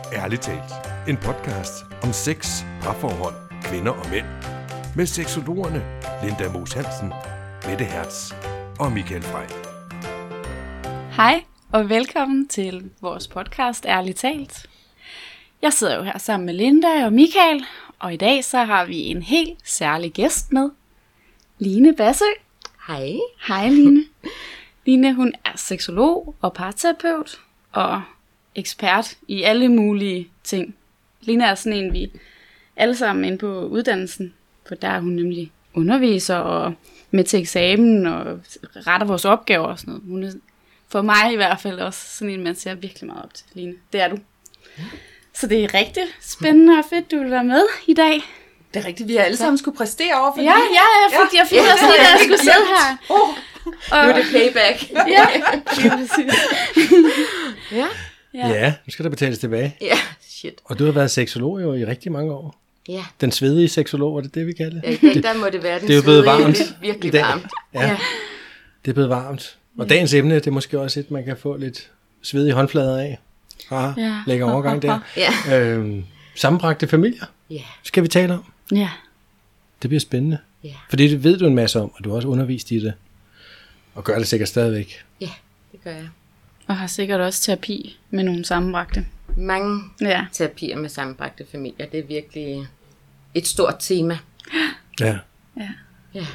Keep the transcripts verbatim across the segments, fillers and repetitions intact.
Ærligt talt. En podcast om sex, parforhold, kvinder og mænd. Med seksologerne Linda Moos Hansen, Mette Hertz og Michael Frey. Hej og velkommen til vores podcast Ærligt talt. Jeg sidder jo her sammen med Linda og Michael, og i dag så har vi en helt særlig gæst med. Line Bassø. Hej. Hej Line. Line, hun er seksolog og parterapeut og ekspert i alle mulige ting. Line er sådan en, vi alle sammen inde på uddannelsen, for der er hun nemlig underviser og med til eksamen og retter vores opgaver og sådan noget. Hun er for mig i hvert fald også sådan en, man ser virkelig meget op til, Line. Det er du. Så det er rigtig spændende og fedt, du vil være med i dag. Det er rigtigt, vi har alle sammen skulle præstere over for ja, ja, jeg fik, jeg fik ja. også lige, da jeg skulle sidde her. Oh. Og, nu er det playback. ja, ja. Ja. ja, nu skal der betales tilbage. Ja, shit. Og du har været seksolog jo i rigtig mange år. Ja. Den svedige seksolog, var det det, vi kalder det? Ja, der må det være den det er svedige. Det er varmt. Det er virkelig varmt. Ja. ja, det er blevet varmt. Og dagens emne, det er måske også et, man kan få lidt svedige håndflader af. Ah, ja. Lægger overgang der. Ja. Øhm, sammenbragte familier. Ja. Skal vi tale om? Ja. Det bliver spændende. Ja. Fordi det ved du en masse om, og du har også undervist i det. Og gør det sikkert stadigvæk. Ja, det gør jeg. Og har sikkert også terapi med nogle sammenbragte. Mange ja. terapier med sammenbragte familier. Det er virkelig et stort tema. Ja. Ja. Ja.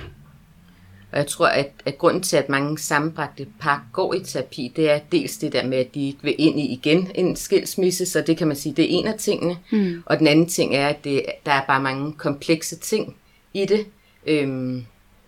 Og jeg tror, at, at grunden til, at mange sammenbragte par går i terapi, det er dels det der med, at de ikke vil ind i igen en skilsmisse, så det kan man sige, det er en af tingene. Mm. Og den anden ting er, at det, der er bare mange komplekse ting i det. Øhm,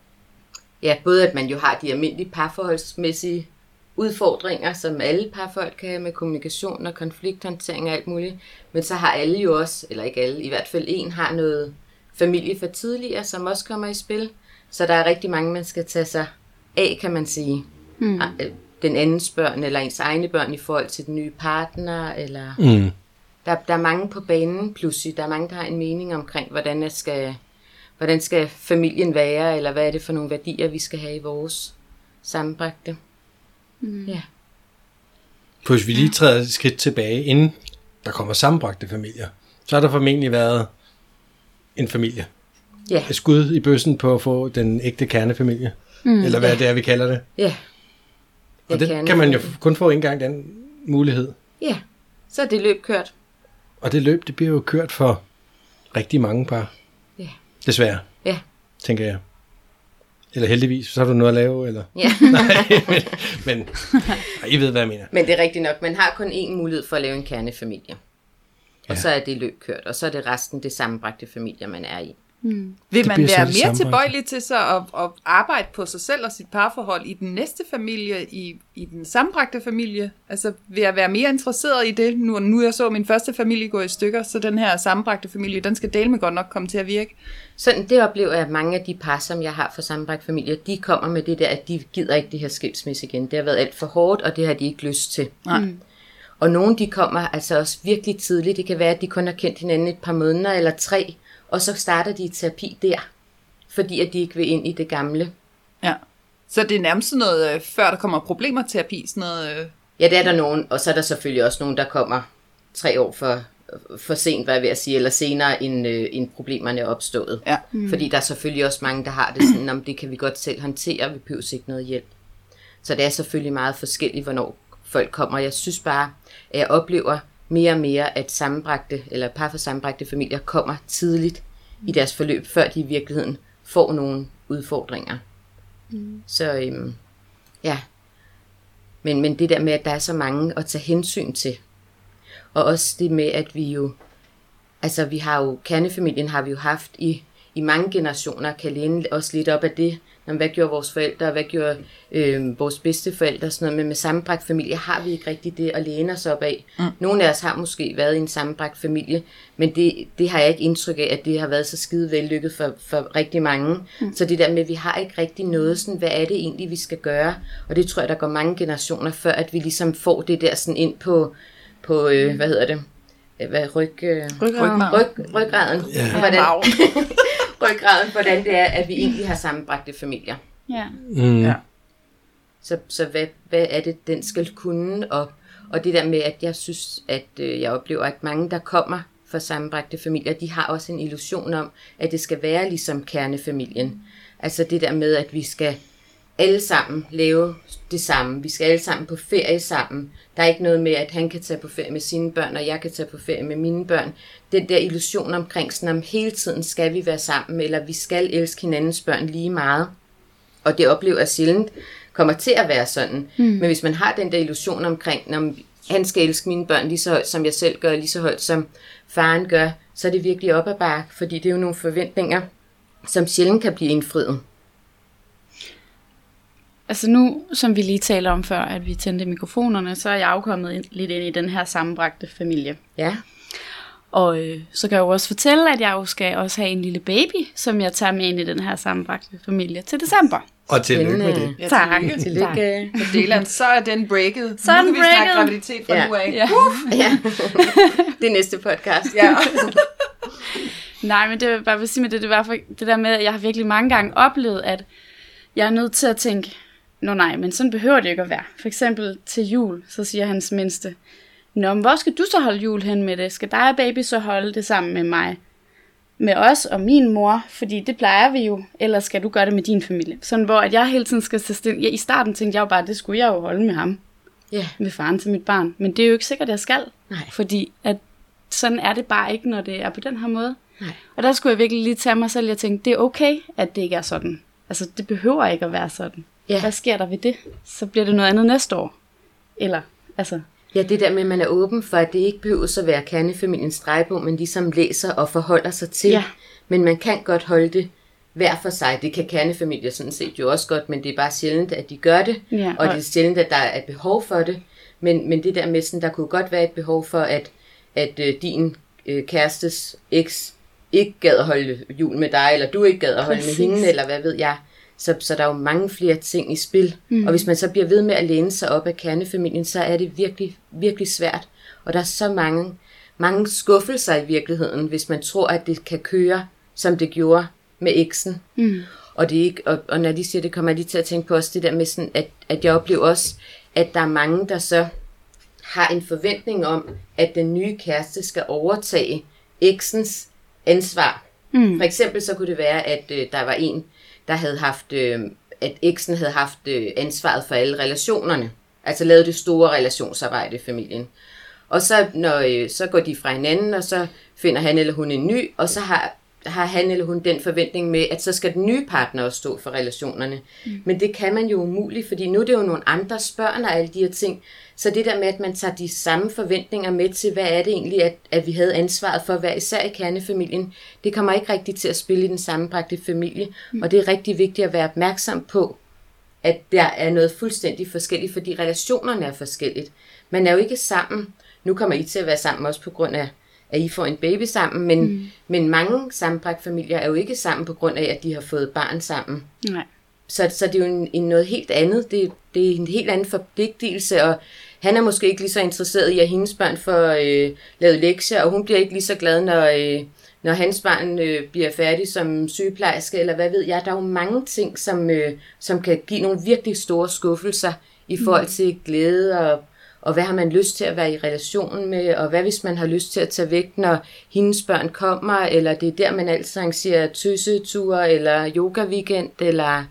ja, både at man jo har de almindelige parforholdsmæssige udfordringer, som alle parfolk kan have med kommunikation og konflikthåndtering og alt muligt. Men så har alle jo også, eller ikke alle, i hvert fald en, har noget familie for tidligere, som også kommer i spil. Så der er rigtig mange, man skal tage sig af, kan man sige. Mm. Den andens børn, eller ens egne børn i forhold til den nye partner, eller... Mm. Der, der er mange på banen, pludselig. Der er mange, der har en mening omkring, hvordan skal, hvordan skal familien være, eller hvad er det for nogle værdier, vi skal have i vores sammenbragte. Mm. Ja. Hvis vi lige træder et skridt tilbage, inden der kommer sammenbragte familier, så har der formentlig været en familie. Ja. Et skud i bøssen på at få den ægte kernefamilie. Mm. Eller hvad ja. det er, vi kalder det. Ja. Og det kan man jo kun få en gang den mulighed. Ja, så er det løb kørt. Og det løb, det bliver jo kørt for rigtig mange par. Ja. Desværre. Ja. Tænker jeg. Eller heldigvis, så har du noget at lave, eller? Ja. Nej, men, men nej, I ved, hvad jeg mener. Men det er rigtigt nok, man har kun én mulighed for at lave en kernefamilie. Og ja. så er det løb kørt, og så er det resten det sammenbragte familier, man er i. Mm. Vil man være mere tilbøjelig til så at, at arbejde på sig selv og sit parforhold i den næste familie, i, i den sammenbragte familie? Altså vil jeg være mere interesseret i det, nu, nu jeg så min første familie gå i stykker, så den her sammenbragte familie, den skal dele med godt nok komme til at virke? Sådan, det oplever jeg, at mange af de par, som jeg har for sammenbragte familier, de kommer med det der, at de gider ikke det her skilsmisse igen. Det har været alt for hårdt, og det har de ikke lyst til. Mm. Og nogle, de kommer altså også virkelig tidligt. Det kan være, at de kun har kendt hinanden et par måneder eller tre, og så starter de i terapi der, fordi at de ikke vil ind i det gamle. Ja, så det er nærmest sådan noget, før der kommer problemer terapi, sådan noget... Ja, det er der nogen, og så er der selvfølgelig også nogen, der kommer tre år for, for sent, hvad jeg ved at sige, eller senere, end, øh, end problemerne er opstået. Ja. Mm. Fordi der er selvfølgelig også mange, der har det sådan, om det kan vi godt selv håndtere, vi behøver ikke noget hjælp. Så det er selvfølgelig meget forskelligt, hvornår folk kommer. Jeg synes bare, at jeg oplever mere og mere, at sammenbragte, eller par for sammenbragte familier kommer tidligt i deres forløb, før de i virkeligheden får nogle udfordringer. Mm. Så øhm, ja, men, men det der med, at der er så mange at tage hensyn til, og også det med, at vi jo, altså vi har jo, kernefamilien har vi jo haft i, i mange generationer, kan læne også lidt op af det. Nå, hvad gjorde vores forældre, hvad gjorde øh, vores bedsteforældre, sådan noget, men med sammenbragt familie har vi ikke rigtig det at læne os op af. Mm. Nogle af os har måske været i en sammenbragt familie, men det, det har jeg ikke indtryk af, at det har været så skide vellykket for, for rigtig mange. Mm. Så det der med, at vi har ikke rigtig noget, sådan, hvad er det egentlig, vi skal gøre? Og det tror jeg, der går mange generationer før, at vi ligesom får det der sådan ind på, på øh, hvad hedder det? Hvad, ryg, øh, ryggraden. Ryg, ryggraden. Ja. Hvordan, ryggraden, hvordan det er, at vi egentlig har sammenbragte familier. Ja. Mm. Ja. Så, så hvad, hvad er det, den skal kunne, og, Og det der med, at jeg synes, at øh, jeg oplever, at mange, der kommer fra sammenbragte familier, de har også en illusion om, at det skal være ligesom kernefamilien. Altså det der med, at vi skal alle sammen lave det samme. Vi skal alle sammen på ferie sammen. Der er ikke noget med, at han kan tage på ferie med sine børn, og jeg kan tage på ferie med mine børn. Den der illusion omkring, sådan om hele tiden skal vi være sammen, eller vi skal elske hinandens børn lige meget. Og det oplever jeg sjældent kommer til at være sådan. Mm. Men hvis man har den der illusion omkring, når han skal elske mine børn lige så højt, som jeg selv gør, lige så højt, som faren gør, så er det virkelig op ad bakke, fordi det er jo nogle forventninger, som sjældent kan blive indfriet. Altså nu, som vi lige taler om før, at vi tændte mikrofonerne, så er jeg afkommet ind, lidt ind i den her sammenbragte familie. Ja. Og øh, så kan jeg jo også fortælle, at jeg jo skal også have en lille baby, som jeg tager med ind i den her sammenbragte familie til december. Og tillykke med det. Ja, tak. Tillykke. Tillykke. Og Delan, så er den breaket. Så er den nu kan vi snakke breaket. graviditet fra Ja. nu af. Ja. Ja. Det er næste podcast. Ja. Nej, men det vil bare vil sige med det, det var for, det der med, at jeg har virkelig mange gange oplevet, at jeg er nødt til at tænke, nå nej, men sådan behøver det ikke at være. For eksempel til jul, så siger hans mindste, nå, men hvor skal du så holde jul hen med det? Skal dig og baby så holde det sammen med mig? Med os og min mor, fordi det plejer vi jo, eller skal du gøre det med din familie? Sådan hvor at jeg hele tiden skal tage stilling. Ja, i starten tænkte jeg jo bare, at det skulle jeg jo holde med ham. Ja. Med faren til mit barn. Men det er jo ikke sikkert, at jeg skal. Nej. Fordi at sådan er det bare ikke, når det er på den her måde. Nej. Og der skulle jeg virkelig lige tage mig selv, jeg tænkte, det er okay, at det ikke er sådan. Altså, det behøver ikke at være sådan. Ja. Hvad sker der ved det? Så bliver det noget andet næste år. Eller, altså... Ja, det der med, at man er åben for, at det ikke behøver at være kernefamiliens drejebog, men ligesom læser og forholder sig til. Ja. Men man kan godt holde det hver for sig. Det kan kernefamilier sådan set jo også godt, men det er bare sjældent, at de gør det. Ja, og og- det er sjældent, at der er et behov for det. Men, men det der med, sådan, der kunne godt være et behov for, at, at øh, din øh, kærestes eks ikke gad at holde jul med dig, eller du ikke gad at holde Præcis. med hende, eller hvad ved jeg. Så, så der er jo mange flere ting i spil. Mm. Og hvis man så bliver ved med at læne sig op af kernefamilien, så er det virkelig, virkelig svært. Og der er så mange, mange skuffelser i virkeligheden, hvis man tror, at det kan køre, som det gjorde med eksen. Mm. Og, det ikke, og, og når de siger det, kommer jeg lige til at tænke på også det der med, sådan, at, at jeg oplever også, at der er mange, der så har en forventning om, at den nye kæreste skal overtage eksens ansvar. Mm. For eksempel så kunne det være, at øh, der var en, der havde haft, øh, at eksen havde haft øh, ansvaret for alle relationerne. Altså lavet det store relationsarbejde i familien. Og så, når, øh, så går de fra hinanden, og så finder han eller hun en ny, og så har, har han eller hun den forventning med, at så skal den nye partner også stå for relationerne. Mm. Men det kan man jo umuligt, fordi nu er det jo nogle andres børn og alle de her ting. Så det der med, at man tager de samme forventninger med til, hvad er det egentlig, at, at vi havde ansvaret for hver især i kernefamilien, det kommer ikke rigtigt til at spille i den sammenbragte familie. Mm. Og det er rigtig vigtigt at være opmærksom på, at der er noget fuldstændig forskelligt, fordi relationerne er forskelligt. Man er jo ikke sammen. Nu kommer I til at være sammen også på grund af, at I får en baby sammen, men, mm. men mange sammenbragte familier er jo ikke sammen på grund af, at de har fået barn sammen. Nej. Så, så det er jo en, en noget helt andet. Det, det er en helt anden forpligtelse, og han er måske ikke lige så interesseret i, at hendes børn får øh, lavet lektier, og hun bliver ikke lige så glad, når, øh, når hans barn øh, bliver færdig som sygeplejerske, eller hvad ved jeg. Der er jo mange ting, som, øh, som kan give nogle virkelig store skuffelser i forhold til glæde, og, og hvad har man lyst til at være i relation med, og hvad hvis man har lyst til at tage væk, når hendes børn kommer, eller det er der, man altid arrangerer tøsseture, eller yoga-weekend, eller...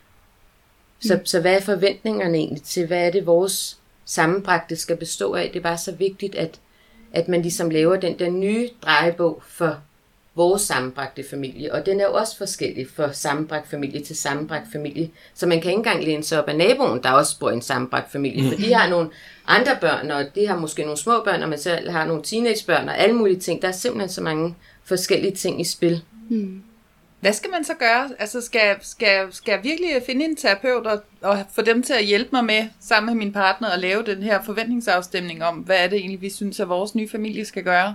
Så, mm. så hvad er forventningerne egentlig til, hvad er det, vores sammenbragte skal bestå af? Det er bare så vigtigt, at, at man ligesom laver den der nye drejebog for vores sammenbragte familie. Og den er jo også forskellig fra sammenbragt familie til sammenbragt familie. Så man kan ikke engang læne sig op af naboen, der også bor i en sammenbragt familie. Mm. For de har nogle andre børn, og de har måske nogle små børn, og man selv har nogle teenagebørn, og alle mulige ting. Der er simpelthen så mange forskellige ting i spil. Mm. Hvad skal man så gøre? Altså skal, skal, skal jeg virkelig finde en terapeut og, og få dem til at hjælpe mig med, sammen med min partner, at lave den her forventningsafstemning om, hvad er det egentlig, vi synes, at vores nye familie skal gøre?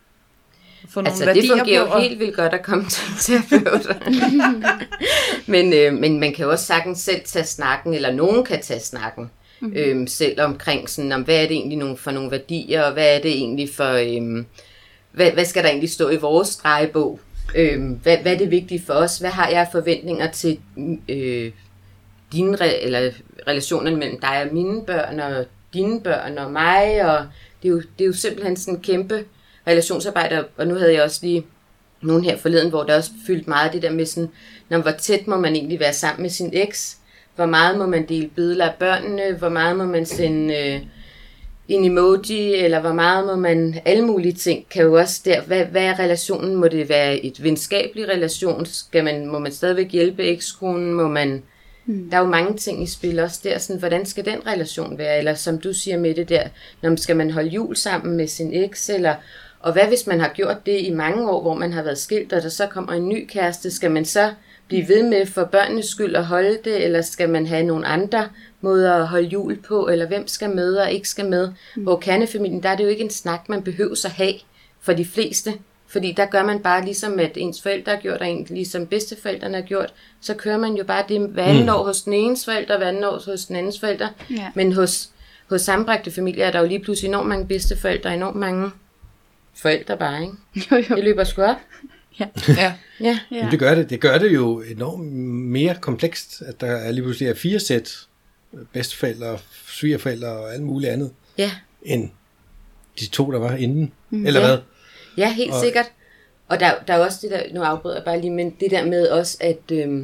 Få Altså det fungerer jo helt vildt godt at komme til en terapeut. men, øh, men man kan jo også sagtens selv tage snakken, eller nogen kan tage snakken, mm-hmm. øh, selv omkring sådan, om hvad er det egentlig nogle, for nogle værdier, og hvad er det egentlig for, øh, hvad, hvad skal der egentlig stå i vores drejebog? Øh, hvad, hvad er det vigtige for os? Hvad har jeg forventninger til øh, dine re- eller relationerne mellem dig og mine børn, og dine børn og mig, og det er jo, det er jo simpelthen sådan en kæmpe relationsarbejde, og nu havde jeg også lige nogen her forleden, hvor der også fyldt meget af det der med sådan, når, hvor tæt må man egentlig være sammen med sin eks, hvor meget må man dele billeder af børnene, hvor meget må man sende øh, en emoji, eller hvor meget må man, alle mulige ting kan jo også der, hvad, hvad er relationen, må det være et venskabelig relation, skal man, må man stadigvæk hjælpe ekskonen, må man, mm. der er jo mange ting i spil også der, sådan, hvordan skal den relation være, eller som du siger med det der, når skal man holde jul sammen med sin eks, eller, og hvad hvis man har gjort det i mange år, hvor man har været skilt, og der så kommer en ny kæreste, skal man så blive ved med for børnenes skyld at holde det, eller skal man have nogle andre måder at holde jul på, eller hvem skal med og ikke skal med. Mm. Hvor kernefamilien, der er det jo ikke en snak, man behøver at have for de fleste, fordi der gør man bare ligesom, at ens forældre har gjort, og en, ligesom bedsteforældrene har gjort, så kører man jo bare det hver anden mm. år hos den enes forældre, hver anden år hos den andens forældre. Ja. Men hos, hos sammenbragte familier er der jo lige pludselig enormt mange bedsteforældre, enormt mange forældre bare, ikke? Jo, jo. Det løber sgu op. Ja. Ja. Ja. Men det gør det. Det gør det jo enormt mere komplekst, at der er lige pludselig er fire sæt bedsteforældre, svigerforældre og alt muligt andet, ja. end de to, der var inden. Mm. Eller ja. hvad? Ja, helt og, sikkert. Og der, der er også det der, nu afbryder jeg bare lige, men det der med også, at, øhm,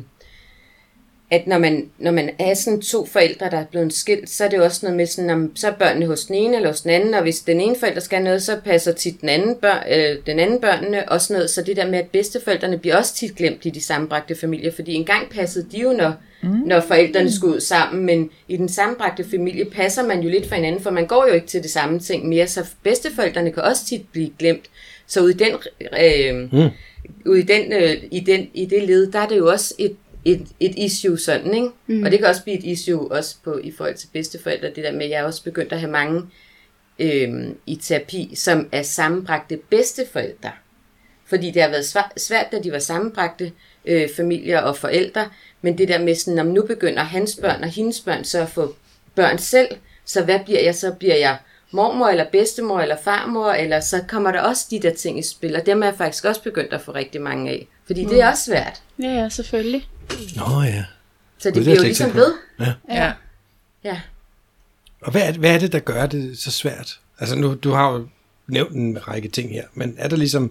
at når man, når man er sådan to forældre, der er blevet skilt, så er det jo også noget med sådan, om, så er børnene hos den ene eller hos den anden, og hvis den ene forælder skal noget, så passer tit den anden, børn, øh, den anden børnene og sådan noget. Så det der med, at bedsteforældrene bliver også tit glemt i de sammenbragte familier, fordi engang passede de jo, når, mm. når forældrene skulle ud sammen, men i den sammenbragte familie passer man jo lidt for hinanden, for man går jo ikke til det samme ting mere, så bedsteforældrene kan også tit blive glemt. Så ude i den, øh, mm. ude i den, øh, i den, i det led, der er det jo også et Et, et issue sådan, ikke? Mm. Og det kan også blive et issue også på, i forhold til bedsteforældre, det der med, at jeg er også begyndt at have mange øh, i terapi, som er sammenbragte bedsteforældre. Fordi det har været svært, da de var sammenbragte øh, familier og forældre, men det der med sådan, om nu begynder hans børn og hendes børn så at få børn selv, så hvad bliver jeg? Så bliver jeg mormor eller bedstemor eller farmor, eller så kommer der også de der ting i spil, og dem er jeg faktisk også begyndt at få rigtig mange af, fordi mm. det er også svært. Ja, ja, selvfølgelig. Nå ja. Så det bliver jo ligesom ved. Ja. Ja. Ja. Og hvad er, det, hvad er det, der gør det så svært? Altså nu, du har jo nævnt en række ting her, men er der ligesom,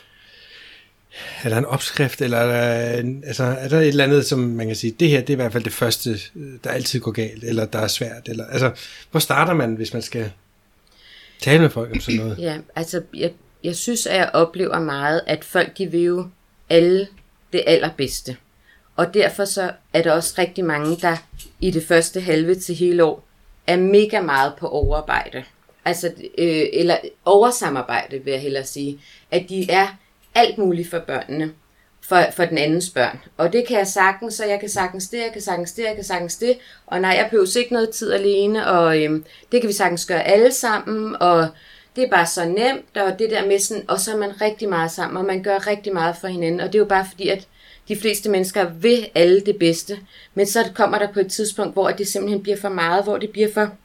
er der en opskrift, eller er der, en, altså, er der et eller andet, som man kan sige, det her, det er i hvert fald det første, der altid går galt, eller der er svært, eller, altså, hvor starter man, hvis man skal tale med folk om sådan noget? Ja, altså, jeg, jeg synes, at jeg oplever meget, at folk, de vil jo alle det allerbedste. Og derfor så er der også rigtig mange, der i det første halve til hele år, er mega meget på overarbejde. Altså, øh, eller oversamarbejde, vil jeg hellere sige. At de er alt muligt for børnene, for, for den andens børn. Og det kan jeg sagtens, så jeg kan sagtens det, jeg kan sagtens det, jeg kan sagtens det. Og nej, jeg behøver ikke noget tid alene, og øh, det kan vi sagtens gøre alle sammen, og det er bare så nemt, og det der med sådan, og så er man rigtig meget sammen, og man gør rigtig meget for hinanden. Og det er jo bare fordi, at de fleste mennesker vil alle det bedste, men så kommer der på et tidspunkt, hvor det simpelthen bliver for meget, hvor det bliver for,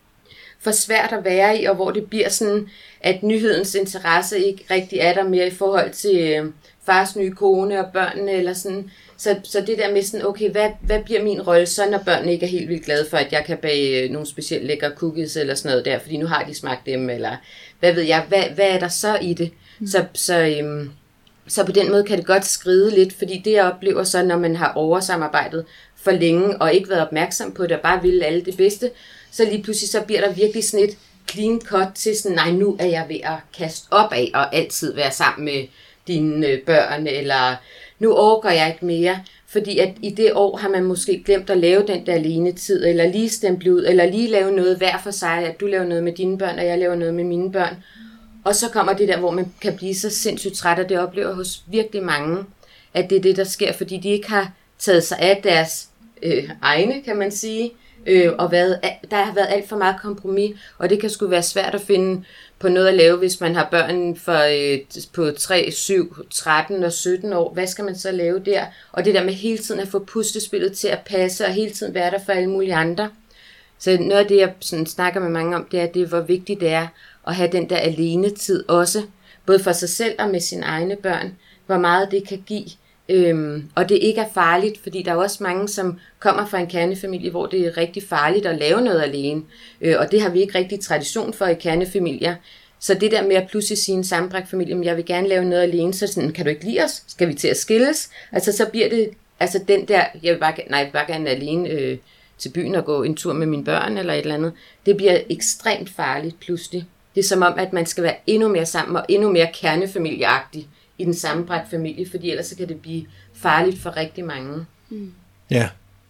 for svært at være i, og hvor det bliver sådan, at nyhedens interesse ikke rigtig er der mere i forhold til øh, fars nye kone og børnene, eller sådan. Så, så det der med sådan, okay, hvad, hvad bliver min rolle så, når børnene ikke er helt vildt glade for, at jeg kan bage nogle specielt lækre cookies eller sådan noget der, fordi nu har de smagt dem, eller hvad ved jeg, hvad, hvad er der så i det? Mm. Så, så, øhm, så på den måde kan det godt skride lidt, fordi det jeg oplever så, når man har oversamarbejdet for længe, og ikke været opmærksom på det, og bare ville alle det bedste, så lige pludselig så bliver der virkelig sådan et clean cut til sådan, nej, nu er jeg ved at kaste op af, og altid være sammen med dine børn, eller nu orker jeg ikke mere, fordi at i det år har man måske glemt at lave den der alene tid, eller lige stemple ud, eller lige lave noget hver for sig, at du laver noget med dine børn, og jeg laver noget med mine børn. Og så kommer det der, hvor man kan blive så sindssygt træt, og det oplever hos virkelig mange, at det er det, der sker, fordi de ikke har taget sig af deres øh, egne, kan man sige, øh, og været, der har været alt for meget kompromis, og det kan sgu være svært at finde på noget at lave, hvis man har børn for, øh, på tre, syv, tretten og sytten år. Hvad skal man så lave der? Og det der med hele tiden at få puslespillet til at passe, og hele tiden være der for alle mulige andre. Så noget af det, jeg sådan snakker med mange om, det er, det, hvor vigtigt det er at have den der alene tid også, både for sig selv og med sine egne børn, hvor meget det kan give Øhm, og det ikke er farligt, fordi der er også mange, som kommer fra en kernefamilie, hvor det er rigtig farligt at lave noget alene. Øh, og det har vi ikke rigtig tradition for i kernefamilier. Så det der med at pludselig sige en sammenbragt familie, jeg vil gerne lave noget alene, så sådan, kan du ikke lide os? Skal vi til at skilles? Altså så bliver det, altså den der, jeg vil bare, nej, jeg vil bare gerne alene øh, til byen og gå en tur med mine børn eller et eller andet. Det bliver ekstremt farligt pludselig. Det er som om, at man skal være endnu mere sammen og endnu mere kernefamilieagtig i den sammenbragte familie, fordi ellers så kan det blive farligt for rigtig mange. Mm. Ja.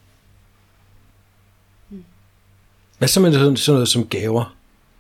Hvad så med sådan noget som gaver?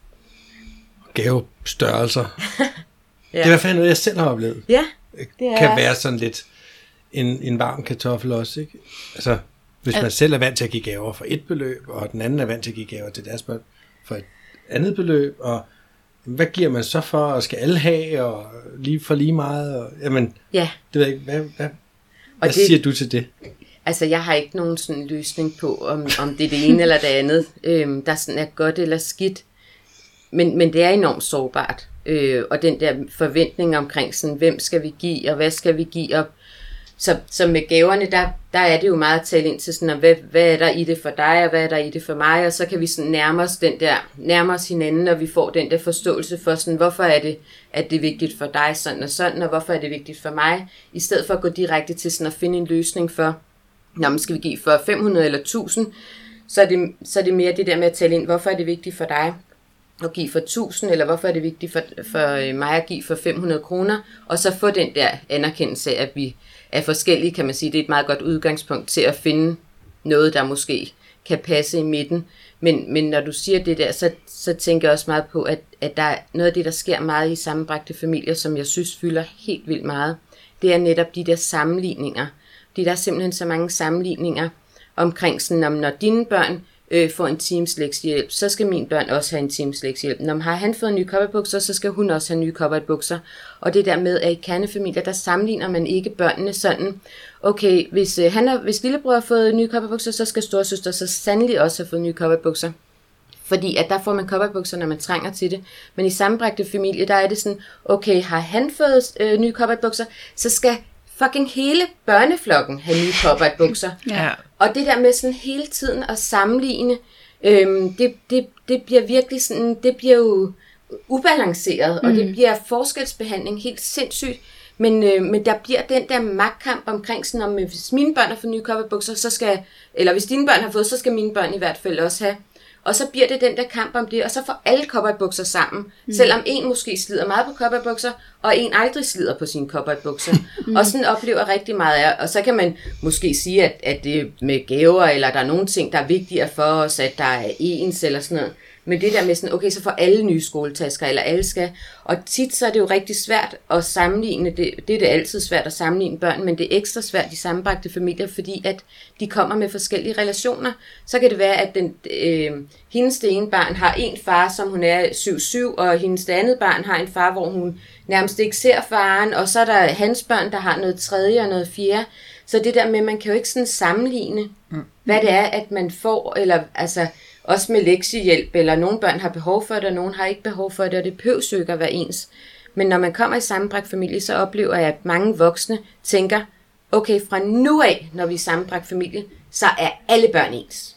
Gavestørrelser. Ja. Det er i hvert fald noget, jeg selv har oplevet. Ja, det er kan være sådan lidt en, en varm kartoffel også, ikke? Altså, hvis man selv er vant til at give gaver for et beløb, og den anden er vant til at give gaver til deres børn for et andet beløb, og hvad giver man så for, og skal alle have, og lige for lige meget, og jamen, ja. Det ved jeg ikke, hvad, hvad, hvad det, siger du til det? Altså, jeg har ikke nogen sådan løsning på, om, om det er det ene eller det andet, øhm, der sådan er godt eller skidt, men, men det er enormt sårbart, øh, og den der forventning omkring sådan, hvem skal vi give, og hvad skal vi give op. Så, så med gaverne, der, der er det jo meget at tale ind til sådan, hvad, hvad er der i det for dig, og hvad er der i det for mig, og så kan vi sådan nærme os, den der, nærme os hinanden, og vi får den der forståelse for sådan, hvorfor er det, at det er vigtigt for dig sådan og sådan, og hvorfor er det vigtigt for mig, i stedet for at gå direkte til sådan at finde en løsning for, når man skal vi give for fem hundrede eller tusind, så er, det, så er det mere det der med at tale ind, hvorfor er det vigtigt for dig at give for tusind, eller hvorfor er det vigtigt for, for mig at give for fem hundrede kroner, og så få den der anerkendelse af, at vi er forskellige, kan man sige. Det er et meget godt udgangspunkt til at finde noget, der måske kan passe i midten. Men, men når du siger det der, så, så tænker jeg også meget på, at, at der er noget af det, der sker meget i sammenbragte familier, som jeg synes fylder helt vildt meget. Det er netop de der sammenligninger. Fordi der er simpelthen så mange sammenligninger omkring sådan, om når dine børn øh, får en times lektiehjælp, så skal mine børn også have en times lektiehjælp. Når har han fået nye cowboybukser, så skal hun også have nye cowboybukser. Og det der med, at i kernefamilier, der sammenligner man ikke børnene sådan, okay, hvis, øh, han har, hvis lillebror har fået nye cowboybukser, så skal storesøster så sandelig også have fået nye cowboybukser. Fordi at der får man cowboybukser, når man trænger til det. Men i sammenbragte familie, der er det sådan, okay, har han fået øh, nye cowboybukser, så skal fucking hele børneflokken have nye cowboybukser. Ja. Og det der med sådan hele tiden at sammenligne, øhm, det, det, det bliver virkelig sådan, det bliver jo ubalanceret, mm. og det bliver forskelsbehandling helt sindssygt. Men, øh, men der bliver den der magtkamp omkring sådan, om hvis mine børn har fået nye cowboybukser, så skal, eller hvis dine børn har fået, så skal mine børn i hvert fald også have. Og så bliver det den der kamp om det, og så får alle cowboybukser sammen. Mm. Selvom en måske slider meget på cowboybukser, og en aldrig slider på sine cowboybukser. Mm. Og sådan oplever rigtig meget af. Og så kan man måske sige, at, at det med gaver, eller der er nogle ting, der er vigtigere for os, at der er ens eller sådan noget. Men det der med sådan, okay, så får alle nye skoletasker, eller alle skal. Og tit så er det jo rigtig svært at sammenligne, det, det er det altid svært at sammenligne børn, men det er ekstra svært i sammenbragte familier, fordi at de kommer med forskellige relationer. Så kan det være, at den, øh, hendes det ene barn har en far, som hun er syv syv, og hendes det andet barn har en far, hvor hun nærmest ikke ser faren, og så er der hans børn, der har noget tredje og noget fjerde. Så det der med, man kan jo ikke sådan sammenligne, mm. hvad det er, at man får, eller altså også med lektiehjælp, eller nogle børn har behov for det, og nogle har ikke behov for det, og det behøver jo ikke at være ens. Men når man kommer i sammenbragt familie, så oplever jeg, at mange voksne tænker, okay, fra nu af, når vi er sammenbragt familie, så er alle børn ens.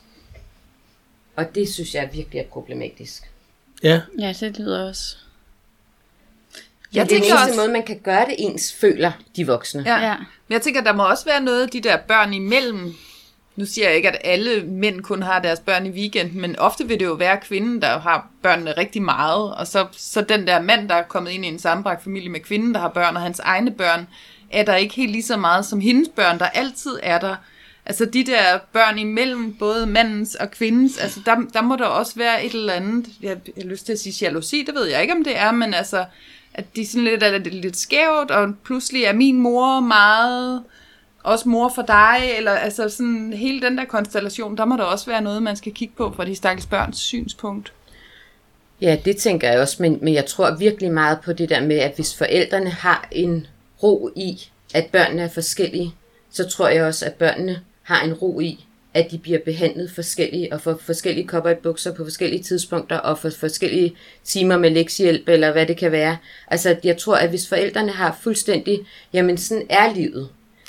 Og det synes jeg virkelig er problematisk. Ja. Ja, det lyder også. Ja, det er den eneste også måde, man kan gøre det ens, føler de voksne. Ja. Ja. Men jeg tænker, der må også være noget af de der børn imellem. Nu siger jeg ikke, at alle mænd kun har deres børn i weekenden, men ofte vil det jo være kvinden, der har børnene rigtig meget, og så, så den der mand, der er kommet ind i en sammenbragt familie med kvinden, der har børn, og hans egne børn, er der ikke helt lige så meget som hendes børn, der altid er der. Altså de der børn imellem, både mandens og kvindens, altså der, der må der også være et eller andet, jeg har lyst til at sige jalousi, det ved jeg ikke, om det er, men altså, at de sådan lidt er lidt, lidt skævt, og pludselig er min mor meget også mor for dig, eller altså sådan hele den der konstellation, der må der også være noget, man skal kigge på fra de stakkels børns synspunkt. Ja, det tænker jeg også, men, men jeg tror virkelig meget på det der med, at hvis forældrene har en ro i, at børnene er forskellige, så tror jeg også, at børnene har en ro i, at de bliver behandlet forskellige, og får forskellige cowboybukser på forskellige tidspunkter, og for forskellige timer med lektiehjælp, eller hvad det kan være. Altså, jeg tror, at hvis forældrene har fuldstændig, jamen sådan er livet,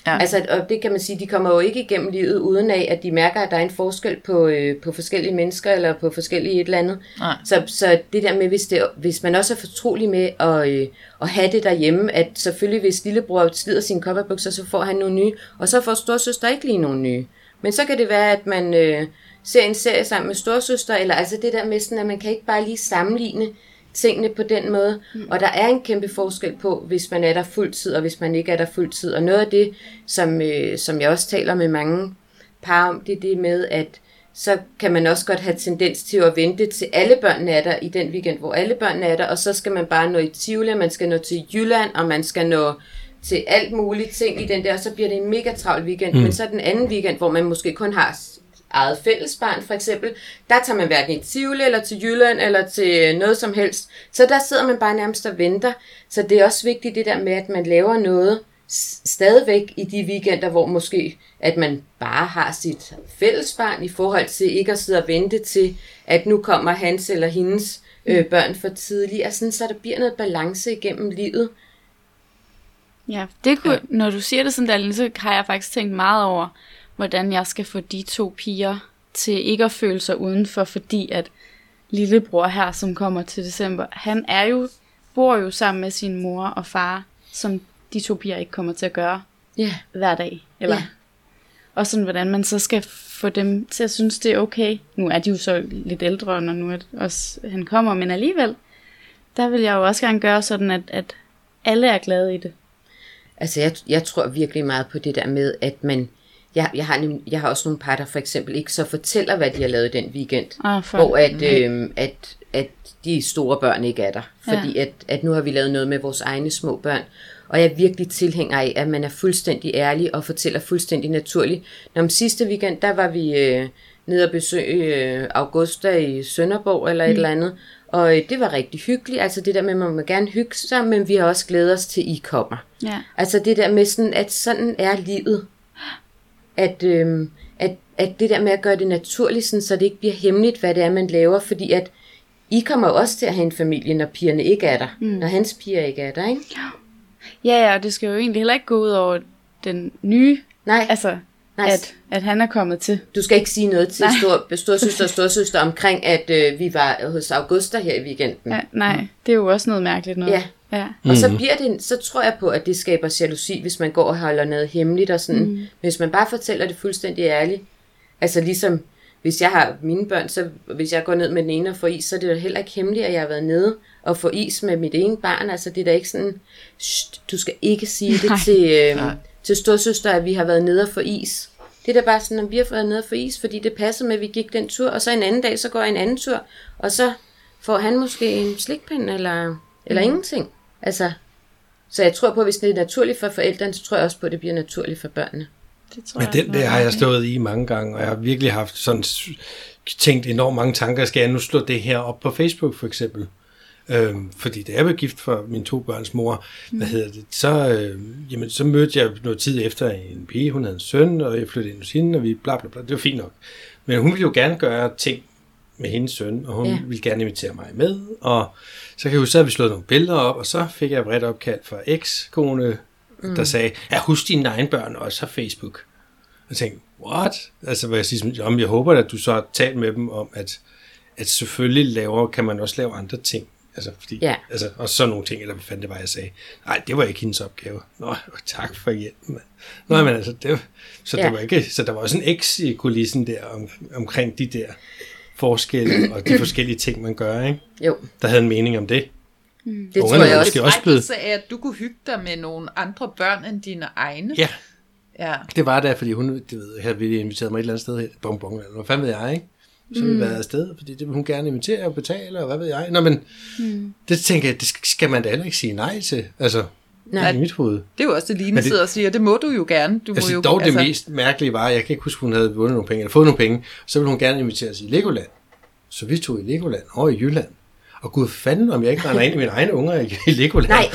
Ja. Altså, og det kan man sige, de kommer jo ikke igennem livet uden af, at de mærker, at der er en forskel på, øh, på forskellige mennesker, eller på forskellige et eller andet. Så, så det der med, hvis, det, hvis man også er fortrolig med at, øh, at have det derhjemme, at selvfølgelig hvis lillebror slider sine kopperbukser, så får han nogle nye, og så får storsøster ikke lige nogle nye. Men så kan det være, at man øh, ser en serie sammen med storsøster, eller altså det der med sådan, at man kan ikke bare lige sammenligne tingene på den måde, mm. og der er en kæmpe forskel på, hvis man er der fuldtid, og hvis man ikke er der fuldtid, og noget af det, som, øh, som jeg også taler med mange par om, det er det med, at så kan man også godt have tendens til at vente til alle børnene er der i den weekend, hvor alle børnene er der, og så skal man bare nå i Tivoli, man skal nå til Jylland, og man skal nå til alt muligt ting i den der, og så bliver det en mega travl weekend, mm. men så den anden weekend, hvor man måske kun har eget fællesbarn for eksempel, der tager man hverken i Tivoli eller til Jylland eller til noget som helst. Så der sidder man bare nærmest og venter. Så det er også vigtigt det der med, at man laver noget stadigvæk i de weekender, hvor måske at man bare har sit fællesbarn i forhold til ikke at sidde og vente til, at nu kommer hans eller hendes øh, børn for tidligt. Og sådan, så der bliver noget balance igennem livet. Ja, det kunne, ja. Når du siger det sådan der, så har jeg faktisk tænkt meget over, hvordan jeg skal få de to piger til ikke at føle sig udenfor, fordi at lillebror her, som kommer til december, han er jo, bor jo sammen med sin mor og far, som de to piger ikke kommer til at gøre yeah. hver dag. Eller, yeah. Og sådan, hvordan man så skal få dem til at synes, det er okay. Nu er de jo så lidt ældre, når nu er også, han kommer, men alligevel, der vil jeg jo også gerne gøre sådan, at, at alle er glade i det. Altså, jeg, jeg tror virkelig meget på det der med, at man Jeg, jeg, har, jeg har også nogle par, der for eksempel ikke så fortæller, hvad de har lavet den weekend. Ah, hvor at, øh, at, at de store børn ikke er der. Fordi ja. at, at nu har vi lavet noget med vores egne små børn. Og jeg er virkelig tilhænger af, at man er fuldstændig ærlig og fortæller fuldstændig naturligt. Når om sidste weekend, der var vi øh, nede og besøge øh, Augusta i Sønderborg eller et mm. eller andet. Og øh, det var rigtig hyggeligt. Altså det der med, at man må gerne hygge sig, men vi har også glædet os til, I kommer. Ja. Altså det der med, sådan, at sådan er livet. At, øhm, at, at det der med at gøre det naturligt, sådan, så det ikke bliver hemmeligt, hvad det er, man laver, fordi at I kommer også til at have en familie, når pigerne ikke er der, mm. når hans piger ikke er der, ikke? Ja, ja, og det skal jo egentlig heller ikke gå ud over den nye, nej, altså, nej. At, at han er kommet til. Du skal ikke sige noget til stor, storsøster og storsøster omkring, at øh, vi var hos Augusta her i weekenden. Ja, nej, det er jo også noget mærkeligt noget. Ja. Ja. Og mm. så bliver det, så tror jeg på, at det skaber jalousi, hvis man går og holder noget hemmeligt og sådan. Mm. Hvis man bare fortæller det fuldstændig ærligt. Altså ligesom, hvis jeg har mine børn, så hvis jeg går ned med den ene og får is, så er det jo heller ikke hemmeligt, at jeg har været nede og får is med mit ene barn. Altså det er da ikke sådan, du skal ikke sige det til, øh, til storsøster, at vi har været nede og få is. Det er da bare sådan, at vi har været nede og få is, fordi det passer med, at vi gik den tur, og så en anden dag, så går jeg en anden tur, og så får han måske en slikpind eller, eller mm. ingenting. Altså, så jeg tror på, at hvis det er naturligt for forældrene, så tror jeg også på, at det bliver naturligt for børnene. Det tror Men jeg, den der har jeg stået i mange gange, og jeg har virkelig haft sådan tænkt enormt mange tanker. Skal jeg nu slå det her op på Facebook for eksempel? Øhm, fordi da jeg var gift for mine to børns mor, mm. hvad hedder det, så, øh, jamen, så mødte jeg noget tid efter en pige, hun havde en søn, og jeg flyttede ind hos hende, og vi bla bla bla, det var fint nok. Men hun ville jo gerne gøre ting med hendes søn, og hun ja. ville gerne invitere mig med, og så kan jeg huske, at vi slået nogle billeder op, og så fik jeg et bredt opkald fra ekskone, mm. der sagde, ja, husk dine egne børn også har Facebook. Og jeg tænkte, what? Altså, hvad jeg siger, om jeg håber, at du så har talt med dem om, at, at selvfølgelig laver, kan man også lave andre ting. Altså, fordi, ja. altså, og sådan nogle ting, eller hvad fanden det var, jeg sagde. Nej, det var ikke hendes opgave. Nå, tak for hjælpen. Nå, men altså, det var, så, ja. det var ikke, så der var også en X i kulissen der, om, omkring de der forskelle, og de forskellige ting, man gør, ikke? Jo. Der havde en mening om det. Mm. Det tror jeg også. også blevet... af, at du kunne hygge dig med nogle andre børn end dine egne. Ja. Ja. Det var der, fordi hun, det ved, her ville inviteret mig et eller andet sted hen, bong, bong, eller hvad fanden ved jeg, ikke? Så mm. vi været afsted, fordi det vil hun gerne invitere og betale, og hvad ved jeg. Nå, men mm. det tænker jeg, det skal man da heller ikke sige nej til, altså, nej. I mit hoved. Det er jo også det, Line sidder og siger, det må du jo gerne. Du altså, må jo, dog altså... det mest mærkelige var, jeg kan ikke huske, hun havde vundet nogle penge, eller fået nogle penge, så ville hun gerne invitere os i Legoland. Så vi tog i Legoland over i Jylland. Og gud fanden, om jeg ikke render ind i mine egne unger i Legoland. Nej.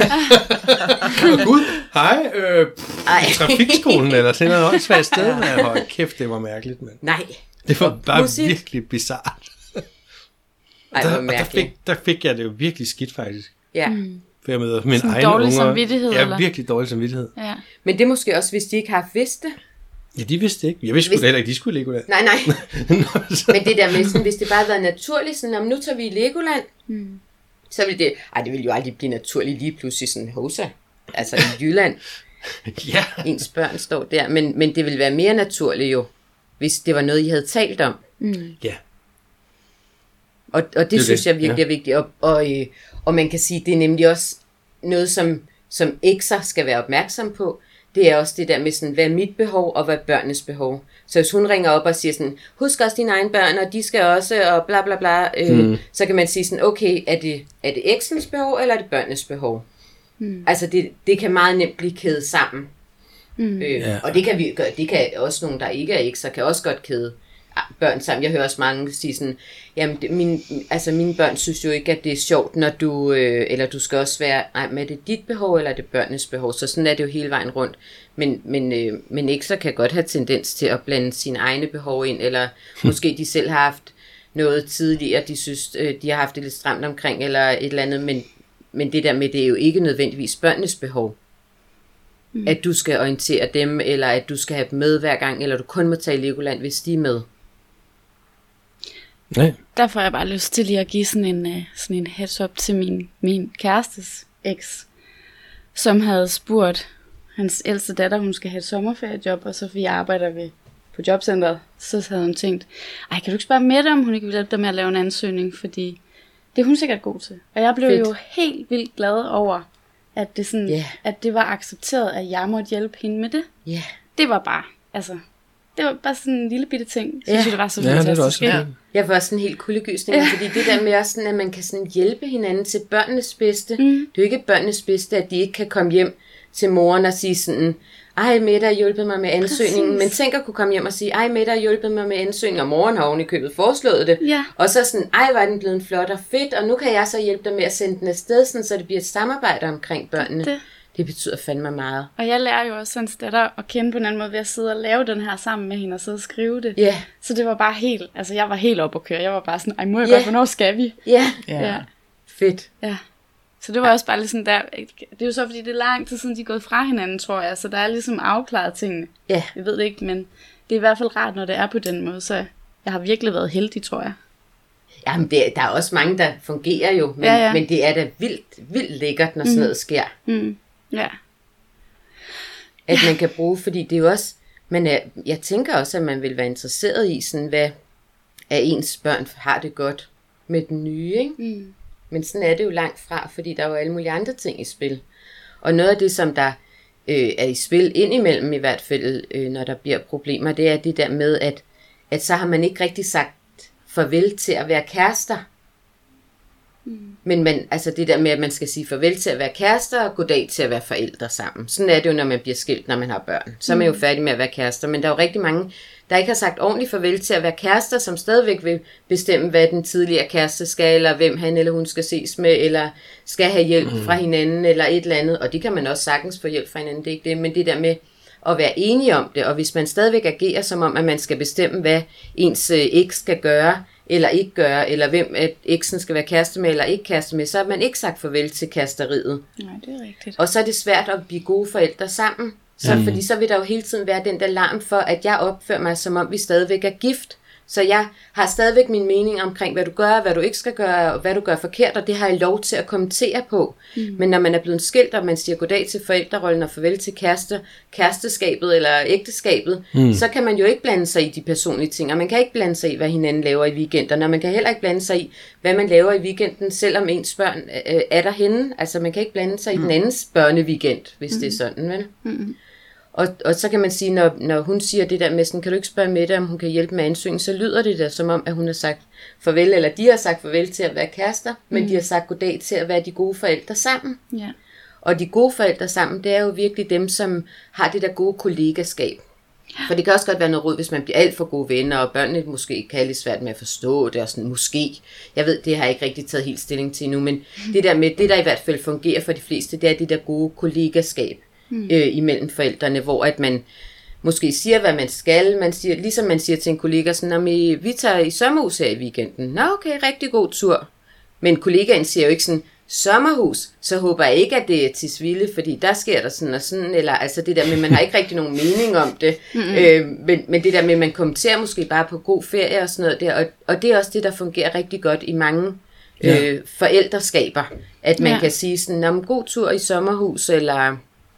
Og gud, hej, øh, pff, trafikskolen, eller sådan noget åndssvagt sted. Ja. Hold kæft, det var mærkeligt, mand. Nej. Det var bare musik. Virkelig bizarrt. Ej, der, og der fik, der fik jeg det jo virkelig skidt, faktisk. Ja. Mm. for jeg møder min sådan egen dårlig unger. samvittighed, Ja, eller? virkelig dårlig samvittighed. Ja. Men det er måske også, hvis de ikke har vidst det. Ja, de vidste ikke. Jeg vidste Hvis- sgu da heller ikke, de skulle Legoland. Nej, nej. Men det der med, sådan, hvis det bare havde været naturligt, sådan, om nu tager vi i Legoland, mm. så ville det, ej, det ville jo aldrig blive naturligt lige pludselig sådan, hosa, altså i Jylland, Ja. ens børn står der, men, men det ville være mere naturligt jo, hvis det var noget, I havde talt om. Ja. Og, og det, Det er synes det, jeg virkelig ja. er vigtigt, og, og, øh, og man kan sige, det er nemlig også noget, som, som ekser skal være opmærksom på. Det er også det der med sådan, hvad er mit behov, og hvad er børnenes behov. Så hvis hun ringer op og siger sådan, husk også dine egne børn, og de skal også, og bla bla bla, øh, mm. så kan man sige sådan, okay, er det, er det eksens behov, eller er det børnenes behov? Mm. Altså det, det kan meget nemt blive kædet sammen. Mm. Øh, Ja. Og det kan vi gøre, det kan også nogen, der ikke er ekser, kan også godt kæde børn sammen. Jeg hører også mange sige sådan, jamen det, mine, altså mine børn synes jo ikke, at det er sjovt, når du, øh, eller du skal også være, nej, men er det dit behov, eller er det børnenes behov? Så sådan er det jo hele vejen rundt. Men, men, øh, men ekser kan godt have tendens til at blande sine egne behov ind, eller måske de selv har haft noget tidligere, de synes, øh, de har haft det lidt stramt omkring, eller et eller andet, men, men det der med, det er jo ikke nødvendigvis børnenes behov. Mm. At du skal orientere dem, eller at du skal have dem med hver gang, eller du kun må tage i Legoland, hvis de er med. Nej. Derfor har jeg bare lyst til lige at give sådan en, uh, sådan en heads up til min, min kærestes eks, som havde spurgt hans ældste datter, hun skal have et sommerferiejob, og så fordi jeg arbejder ved, på jobcenteret, så havde hun tænkt, ej, kan du ikke spørge Mette, om hun ikke vil hjælpe dig med at lave en ansøgning, fordi det er hun sikkert god til. Og jeg blev Fedt. jo helt vildt glad over, at det, sådan, Yeah. at det var accepteret, at jeg måtte hjælpe hende med det. Ja. Yeah. Det var bare, altså, det var bare sådan en lille bitte ting, synes Ja. jeg, det var så Ja, det er fantastisk. det også. ikke? Ja. Jeg får også sådan en helt kuldegysning, ja. Fordi det der med også sådan, at man kan sådan hjælpe hinanden til børnenes bedste. Mm. Det er jo ikke børnenes bedste, at de ikke kan komme hjem til moren og sige sådan, ej, Mette har hjulpet mig med ansøgningen. Præcis. Men tænk at kunne komme hjem og sige, ej, Mette har hjulpet mig med ansøgningen, og moren har oven i købet foreslået det. Ja. Og så sådan, ej, var den blevet flot og fedt, og nu kan jeg så hjælpe dig med at sende den afsted, sådan, så det bliver et samarbejde omkring børnene. Det. Det betyder fandme meget. Og jeg lærer jo også hans datter at kende på en anden måde ved at sidde og lave den her sammen med hende og sidde og skrive det. Ja, Så det var bare helt, altså jeg var helt op at køre. Jeg var bare sådan, ej må jeg Ja. godt, hvornår skal vi? ja, Ja. fedt. ja. Så det var også bare lidt sådan der, det er jo så fordi det er lang tid siden de er gået fra hinanden, tror jeg. Så der er ligesom afklaret tingene. Ja. Jeg ved det ikke, men det er i hvert fald rart, når det er på den måde. Så jeg har virkelig været heldig, tror jeg. Jamen, det, der er også mange, der fungerer jo, men, Ja, ja. men det er da vildt, vildt lækkert, når sådan noget sker. Mm. Ja. At man kan bruge, fordi det er jo også, man er, jeg tænker også, at man vil være interesseret i, sådan, hvad, at ens børn har det godt med den nye, ikke? Mm. Men sådan er det jo langt fra, fordi der er jo alle mulige andre ting i spil. Og noget af det, som der øh, er i spil indimellem i hvert fald, øh, når der bliver problemer, det er det der med, at, at så har man ikke rigtig sagt farvel til at være kærester. Mm. Men man, altså det der med, at man skal sige farvel til at være kærester, og goddag til at være forældre sammen. Sådan er det jo, når man bliver skilt, når man har børn. Så er man jo færdig med at være kærester. Men der er jo rigtig mange, der ikke har sagt ordentligt farvel til at være kærester, som stadigvæk vil bestemme, hvad den tidligere kæreste skal, eller hvem han eller hun skal ses med, eller skal have hjælp mm. fra hinanden, eller et eller andet. Og det kan man også sagtens få hjælp fra hinanden, det er ikke det. Men det der med at være enige om det, og hvis man stadigvæk agerer som om, at man skal bestemme, hvad ens øh, eks skal gøre, eller ikke gøre, eller hvem at eksen skal være kæreste med, eller ikke kæreste med, så har man ikke sagt farvel til kæresteriet. Nej, det er rigtigt. Og så er det svært at blive gode forældre sammen. Så, mm. Fordi så vil der jo hele tiden være den der larm for, at jeg opfører mig, som om vi stadigvæk er gift. Så jeg har stadigvæk min mening omkring, hvad du gør, hvad du ikke skal gøre, og hvad du gør forkert, og det har jeg lov til at kommentere på. Mm. Men når man er blevet skilt, og man siger goddag til forældrerollen og farvel til kæreste, kæresteskabet eller ægteskabet, mm. så kan man jo ikke blande sig i de personlige ting, og man kan ikke blande sig i, hvad hinanden laver i weekenderne, og man kan heller ikke blande sig i, hvad man laver i weekenden, selvom ens børn øh, er derhenne. Altså man kan ikke blande sig mm. i den andens børneweekend, hvis mm. det er sådan, vel? Mm. Og, og så kan man sige, når, når hun siger det der med sådan, kan du ikke spørge Mette, om hun kan hjælpe med ansøgningen, så lyder det da som om, at hun har sagt farvel, eller de har sagt farvel til at være kærester, mm. men de har sagt goddag til at være de gode forældre sammen. Ja. Og de gode forældre sammen, det er jo virkelig dem, som har det der gode kollegaskab. For det kan også godt være noget råd, hvis man bliver alt for gode venner, og børnene måske kan have lidt svært med at forstå det, og sådan måske. Jeg ved, det har jeg ikke rigtig taget helt stilling til endnu, men mm. det der med, det der i hvert fald fungerer for de fleste, det er det der gode kollegaskab. Mm. Øh, imellem forældrene, hvor at man måske siger, hvad man skal. Man siger, ligesom man siger til en kollega, sådan, vi tager i sommerhus her i weekenden. Nå, okay, rigtig god tur. Men kollegaen siger jo ikke sådan, sommerhus, så håber jeg ikke, at det er Tisvilde, fordi der sker der sådan og sådan, eller altså det der med, man har ikke rigtig nogen mening om det, mm-hmm. øh, men, men det der med, man kommenterer måske bare på god ferie og sådan noget der, og, og det er også det, der fungerer rigtig godt i mange ja. øh, forældreskaber, at man ja. kan sige sådan, om god tur i sommerhus, eller,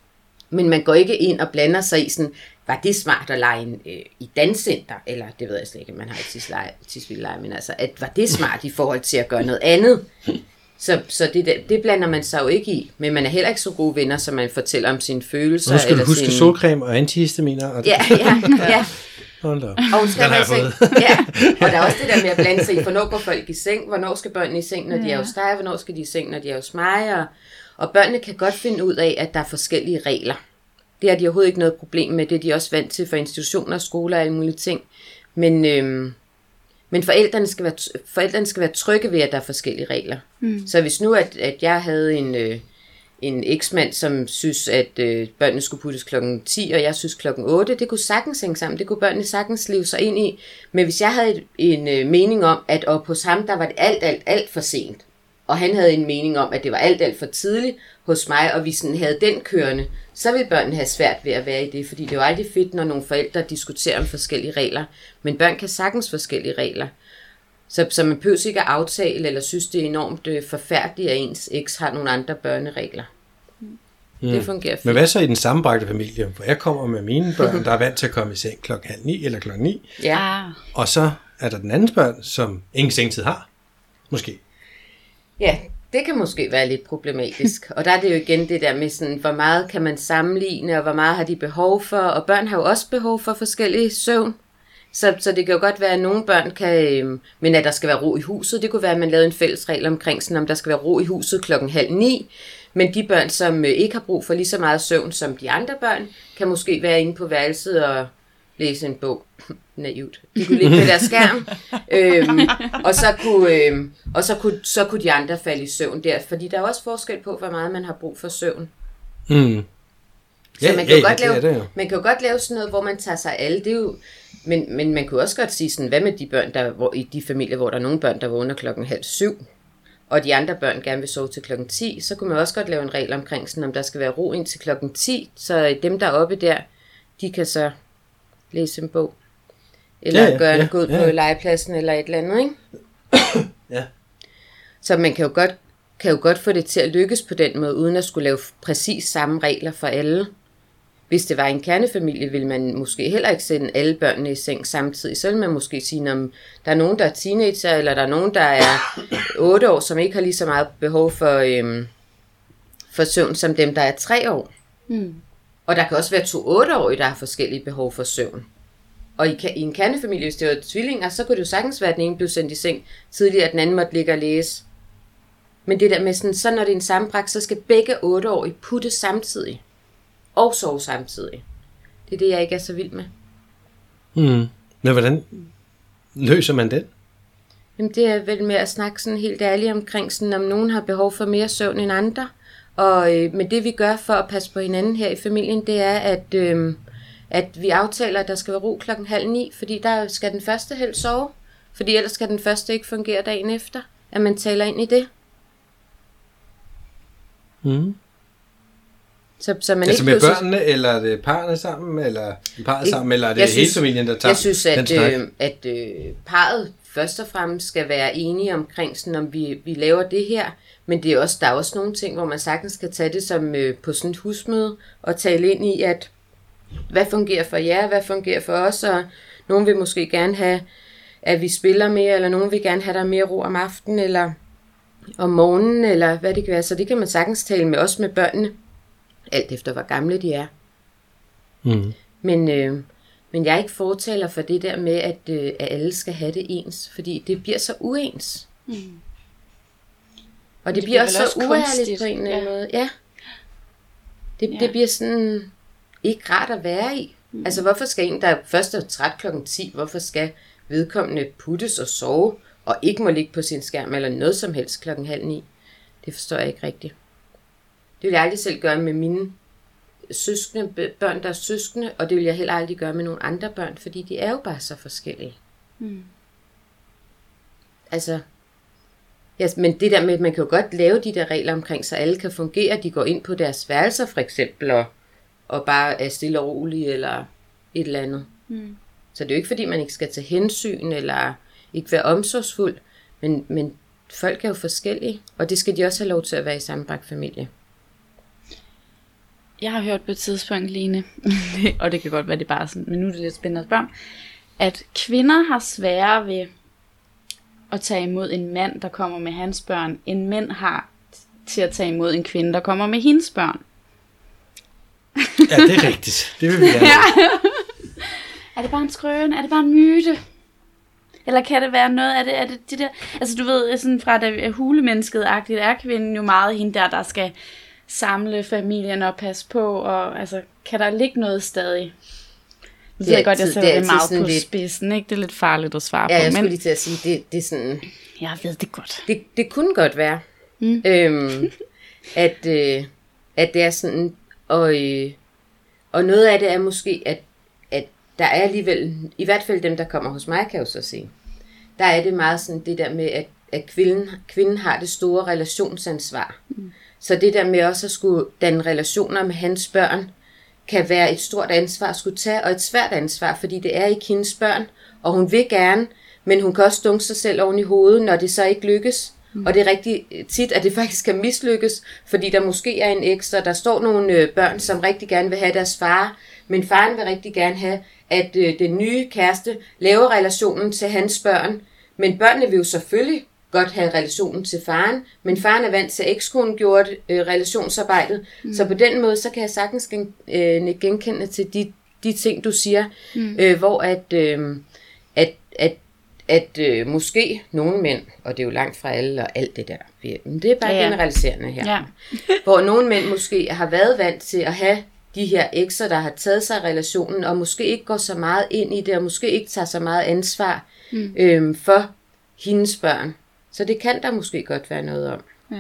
men man går ikke ind og blander sig i sådan, var det smart at lege øh, i danscenter, eller det ved jeg slet ikke, man har ikke Tisvilde lege, men altså, at var det smart i forhold til at gøre noget andet? Så, så det, det blander man sig jo ikke i, men man er heller ikke så gode venner, som man fortæller om sine følelser. Nu skal eller du huske sin... solcreme og antihistaminer. Og det. Ja, ja, ja. Hold da. Og, skal man se, ja. Og der er også det der med at blande sig i, hvornår går folk i seng, hvornår skal børnene i seng, når de er hos dig, hvornår skal de i seng, når de er hos mig. Og, og børnene kan godt finde ud af, at der er forskellige regler. Det har de overhovedet ikke noget problem med, det er de også vant til for institutioner, skoler og alle mulige ting. Men... Øhm, Men forældrene skal, være, forældrene skal være trygge ved, at der er forskellige regler. Mm. Så hvis nu, at, at jeg havde en, øh, en eksmand, som synes, at øh, børnene skulle puttes klokken ti, og jeg synes klokken otte, det kunne sagtens hænge sammen, det kunne børnene sagtens leve sig ind i. Men hvis jeg havde en øh, mening om, at op hos ham, der var det alt, alt, alt for sent, og han havde en mening om, at det var alt, alt for tidligt hos mig, og vi sådan havde den kørende, så vil børnene have svært ved at være i det, fordi det er jo aldrig fedt, når nogle forældre diskuterer om forskellige regler, men børn kan sagtens forskellige regler. Så, så man behøver ikke at aftale, eller synes, det er enormt øh, forfærdeligt, at ens eks har nogle andre børneregler. Mm. Det fungerer fint. Men hvad så i den sammenbragte familie? For jeg kommer med mine børn, der er vant til at komme i seng klokken halv ni eller klokken ni, ja. Og så er der den andens børn, som ingen sengtid har, måske. Ja, det kan måske være lidt problematisk. Og der er det jo igen det der med, sådan, hvor meget kan man sammenligne, og hvor meget har de behov for. Og børn har jo også behov for forskellige søvn. Så, så det kan jo godt være, at nogle børn kan... Øh, men at der skal være ro i huset. Det kunne være, at man lavede en fælles regel omkring, sådan, om der skal være ro i huset klokken halv ni. Men de børn, som øh, ikke har brug for lige så meget søvn som de andre børn, kan måske være inde på værelset og læse en bog. Naivt. De kunne ligge på deres skærm, øhm, og, så kunne, øhm, og så kunne, så kunne de andre falde i søvn der, fordi der er også forskel på, hvor meget man har brug for søvn. Mm. Så ja, man kan, ja, jo godt lave, det det, man kan jo godt lave sådan noget, hvor man tager sig af alle, det er jo, men, men man kunne også godt sige sådan, hvad med de børn, der, hvor, i de familier, hvor der er nogle børn, der vågner klokken halv syv, og de andre børn gerne vil sove til klokken ti, så kunne man også godt lave en regel omkring, sådan, om der skal være ro indtil klokken ti, så dem, der er oppe der, de kan så læse en bog. Eller ja, ja, gøre det, gå ud ja, på legepladsen eller et eller andet, ikke? Ja. Så man kan jo, godt, kan jo godt få det til at lykkes på den måde, uden at skulle lave præcis samme regler for alle. Hvis det var en kernefamilie, ville man måske heller ikke sende alle børnene i seng samtidig. Så ville man måske sige, at der er nogen, der er teenager, eller der er nogen, der er otte år, som ikke har lige så meget behov for, øhm, for søvn, som dem, der er tre år. Mm. Og der kan også være to otteårige, der har forskellige behov for søvn. Og i, i en kernefamilie, hvis det var tvillinger, så kunne det jo sagtens være, at den ene blev sendt i seng tidligere, at den anden måtte ligge og læse. Men det der med sådan, så når det er en sammenbragt, så skal begge otteårige putte samtidig. Og sove samtidig. Det er det, jeg ikke er så vild med. Hmm. Men hvordan løser man det? Jamen det er vel med at snakke sådan helt ærligt omkring, sådan, om nogen har behov for mere søvn end andre. Og øh, men det vi gør for at passe på hinanden her i familien, det er, at... Øh, at vi aftaler, at der skal være ro klokken halv ni, fordi der skal den første helst sove, fordi ellers skal den første ikke fungere dagen efter, at man taler ind i det. Mm. Så, så man altså ikke med børnene, så... eller er det parrene sammen, eller parret sammen, eller er det jeg hele synes, familien, der tager jeg synes, at, den snak? øh, at øh, parret først og fremmest skal være enige omkring, sådan, om vi, vi laver det her, men det er også, der er også nogle ting, hvor man sagtens kan tage det som øh, på sådan et husmøde, og tale ind i, at hvad fungerer for jer, hvad fungerer for os, og nogen vil måske gerne have, at vi spiller mere, eller nogen vil gerne have, der mere ro om aftenen, eller om morgenen, eller hvad det kan være. Så det kan man sagtens tale med, også med børnene, alt efter hvor gamle de er. Mm. Men, øh, men jeg er ikke fortaler for det der med, at, øh, at alle skal have det ens, fordi det bliver så uens. Mm. Og det, det bliver også så uærligt på en eller anden måde. Ja. Det, ja. det bliver sådan... ikke rart at være i. Mm. Altså, hvorfor skal en, der først er træt klokken ti, hvorfor skal vedkommende puttes og sove, og ikke må ligge på sin skærm, eller noget som helst klokken halv ni? Det forstår jeg ikke rigtigt. Det vil jeg aldrig selv gøre med mine søskende, børn, der er søskende, og det vil jeg heller aldrig gøre med nogle andre børn, fordi de er jo bare så forskellige. Mm. Altså, Ja, men det der med, at man kan jo godt lave de der regler omkring, så alle kan fungere. De går ind på deres værelser for eksempel, og, og bare er stille og rolige, eller et eller andet. Mm. Så det er jo ikke, fordi man ikke skal tage hensyn, eller ikke være omsorgsfuld, men, men folk er jo forskellige, og det skal de også have lov til at være i sammenbragt familie. Jeg har hørt på et tidspunkt, Line, og det kan godt være, det bare sådan, men nu er det lidt spændende at spørge, at kvinder har sværere ved at tage imod en mand, der kommer med hans børn, end mænd har til at tage imod en kvinde, der kommer med hendes børn. Ja, det er rigtigt. Det vil vi gerne. Ja. Er det bare en skrøne? Er det bare en myte? Eller kan det være noget af det, er det, det der... Altså du ved, sådan fra det hulemennesket-agtigt er kvinden jo meget hende der, der skal samle familien og passe på, og altså, kan der ligge noget stadig? Nu ved jeg godt, jeg sætter det, det meget på lidt... spidsen, ikke? Det er lidt farligt at svare ja, på. Ja, jeg skulle men... lige til at sige, det, det er sådan... Jeg ved det godt. Det, det kunne godt være, mm. øhm, at, øh, at det er sådan... Og, øh, og noget af det er måske, at, at der er alligevel... I hvert fald dem, der kommer hos mig, kan jeg jo så se. Der er det meget sådan det der med, at, at kvinden, kvinden har det store relationsansvar. Mm. Så det der med også at skulle danne relationer med hans børn, kan være et stort ansvar at skulle tage, og et svært ansvar, fordi det er ikke hendes børn, og hun vil gerne, men hun kan også dunke sig selv oven i hovedet, når det så ikke lykkes. Mm. Og det er rigtig tit, at det faktisk kan mislykkes, fordi der måske er en ekstra, der står nogle børn, som rigtig gerne vil have deres far, men faren vil rigtig gerne have, at øh, den nye kæreste laver relationen til hans børn, men børnene vil jo selvfølgelig godt have relationen til faren, men faren er vant til, at ekskonen gjorde øh, relationsarbejdet, mm. så på den måde, så kan jeg sagtens gen, øh, genkende til de, de ting, du siger, mm. øh, hvor at, øh, at, at, at øh, måske nogle mænd, og det er jo langt fra alle og alt det der, men det er bare ja, ja. generaliserende her, ja. hvor nogle mænd måske har været vant til at have de her ekser, der har taget sig relationen, og måske ikke går så meget ind i det, og måske ikke tager så meget ansvar mm. øh, for hendes børn. Så det kan der måske godt være noget om. Ja.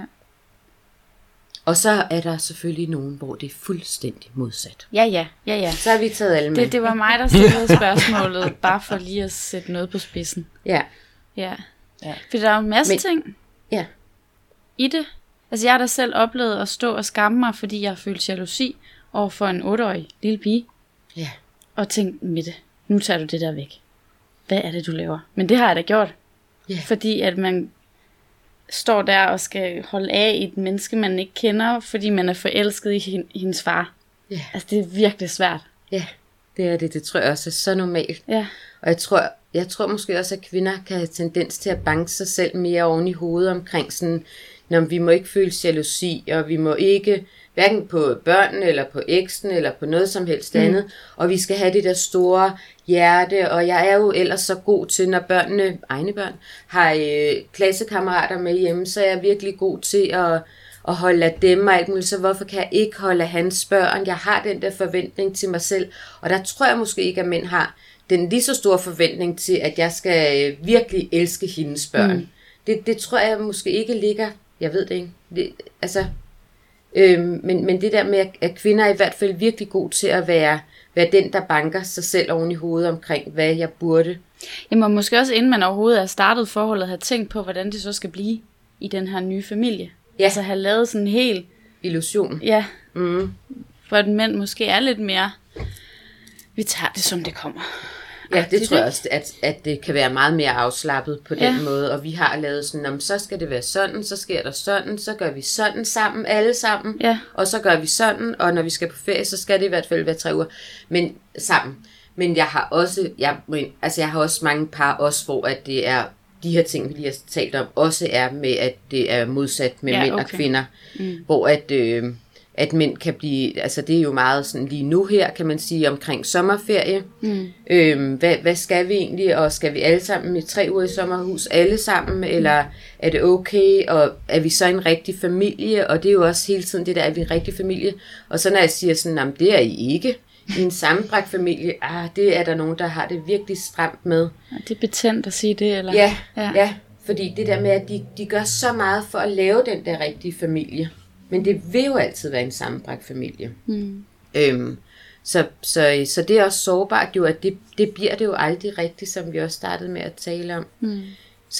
Og så er der selvfølgelig nogen, hvor det er fuldstændig modsat. Ja, ja, ja, ja. Så har vi taget alle med. Det, det var mig, der stillede spørgsmålet, bare for lige at sætte noget på spidsen. Ja. Ja. ja. For der er jo en masse Men, ting ja. i det. Altså jeg har da selv oplevet at stå og skamme mig, fordi jeg har følt jalousi over for en otteårig lille pige. Ja. Og tænkt, Mette, nu tager du det der væk. Hvad er det, du laver? Men det har jeg da gjort. Ja. Fordi at man står der og skal holde af i et menneske, man ikke kender, fordi man er forelsket i hendes far. Ja. Altså, det er virkelig svært. Ja, det er det. Det tror jeg også er så normalt. Ja. Og jeg tror, jeg tror måske også, at kvinder kan have tendens til at banke sig selv mere oven i hovedet omkring sådan, når vi må ikke føle jalousi, og vi må ikke, hverken på børnene, eller på eksen, eller på noget som helst mm. andet, og vi skal have det der store hjerte, og jeg er jo ellers så god til, når børnene, egne børn, har øh, klassekammerater med hjemme, så er jeg virkelig god til at, at holde af dem og alt muligt, så hvorfor kan jeg ikke holde af hans børn? Jeg har den der forventning til mig selv, og der tror jeg måske ikke, at mænd har den lige så store forventning til, at jeg skal øh, virkelig elske hendes børn. Mm. Det, det tror jeg måske ikke ligger, jeg ved det ikke, det, altså... Øhm, men, men det der med, at kvinder er i hvert fald virkelig god til at være, være den, der banker sig selv oven i hovedet omkring, hvad jeg burde. Jamen måske også inden man overhovedet er startet forholdet, have tænkt på, hvordan det så skal blive i den her nye familie. Ja. Altså have lavet sådan en hel... illusion. Ja, mm. for at mænd måske er lidt mere, vi tager det som det kommer. Ja, det tror jeg også, at, at det kan være meget mere afslappet på den ja. måde, og vi har lavet sådan, om så skal det være sådan, så sker der sådan, så gør vi sådan sammen, alle sammen, ja. og så gør vi sådan, og når vi skal på ferie, så skal det i hvert fald være tre uger, men sammen. Men jeg har også, jeg, altså jeg har også mange par, også hvor at det er, de her ting, vi lige har talt om, også er med, at det er modsat med ja, mænd okay. og kvinder, mm. hvor at... Øh, at mænd kan blive, altså det er jo meget sådan lige nu her, kan man sige, omkring sommerferie. Mm. Øhm, hvad, hvad skal vi egentlig, og skal vi alle sammen med tre uger i sommerhus, alle sammen, eller er det okay, og er vi så en rigtig familie, og det er jo også hele tiden det der, at vi er en rigtig familie, og så når jeg siger sådan, jamen det er I ikke, i en sammenbragt familie, ah, det er der nogen, der har det virkelig stramt med. Ja, det er betændt at sige det, eller? Ja, ja, ja, fordi det der med, at de, de gør så meget for at lave den der rigtige familie. Men det vil jo altid være en sammenbragt familie. Mm. Øhm, så, så, så det er også sårbart jo, at det, det bliver det jo aldrig rigtigt, som vi også startede med at tale om. Mm. Så,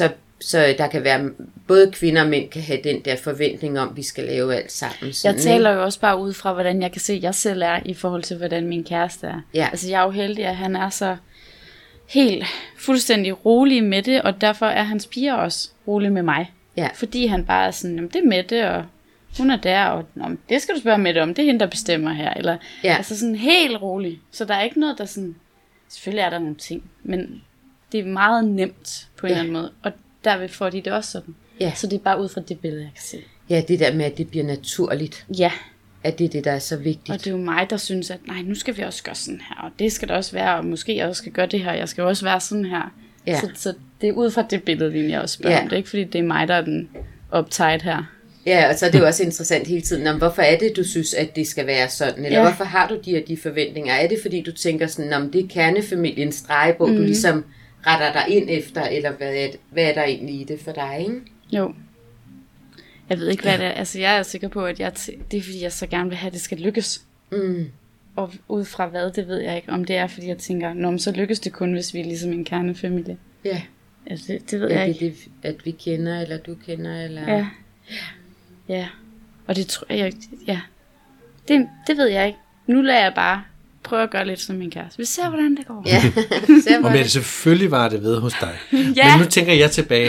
så der kan være, både kvinder og mænd kan have den der forventning om, at vi skal lave alt sammen. Sådan, jeg taler jo også bare ud fra, hvordan jeg kan se, at jeg selv er, i forhold til, hvordan min kæreste er. Ja. Altså, jeg er jo heldig, at han er så helt fuldstændig rolig med det, og derfor er hans piger også rolig med mig. Ja. Fordi han bare er sådan, jamen, det er Mette, og hun er der, og det skal du spørge Mette om, det er hende, der bestemmer her. Eller, ja. Altså sådan helt rolig. Så der er ikke noget, der sådan, selvfølgelig er der nogle ting, men det er meget nemt på en ja. eller anden måde, og derved får de det også sådan. Ja. Så det er bare ud fra det billede, jeg kan se. Ja, det der med, at det bliver naturligt. Ja. At det er det, der er så vigtigt. Og det er jo mig, der synes, at nej, nu skal vi også gøre sådan her, og det skal der også være, og måske jeg også skal gøre det her, jeg skal jo også være sådan her. Ja. Så, så det er ud fra det billede, jeg også spørger ja. om. Det er ikke, fordi det er mig, der er den uptight her. Ja, og så er det jo også interessant hele tiden, om hvorfor er det, du synes, at det skal være sådan? Eller ja. hvorfor har du de her de forventninger? Er det, fordi du tænker sådan, om det er kernefamiliens drejebog, mm. du ligesom retter dig ind efter, eller hvad er, det, hvad er der egentlig i det for dig, ikke? Jo. Jeg ved ikke, hvad det er. Altså, jeg er sikker på, at jeg t- det er, fordi jeg så gerne vil have, at det skal lykkes. Mm. Og ud fra hvad, det ved jeg ikke. Om det er, fordi jeg tænker, nå, men så lykkes det kun, hvis vi er ligesom en kernefamilie. Ja. Altså, det, det ved ja, jeg det, ikke. Det, at vi kender, eller du kender, eller... Ja. Ja. Og det tror jeg ikke... Ja. Det, det ved jeg ikke. Nu lader jeg bare prøve at gøre lidt som min kæreste. Vi ser, hvordan det går. Ja. Og men selvfølgelig var det ved hos dig. Ja. Men nu tænker jeg tilbage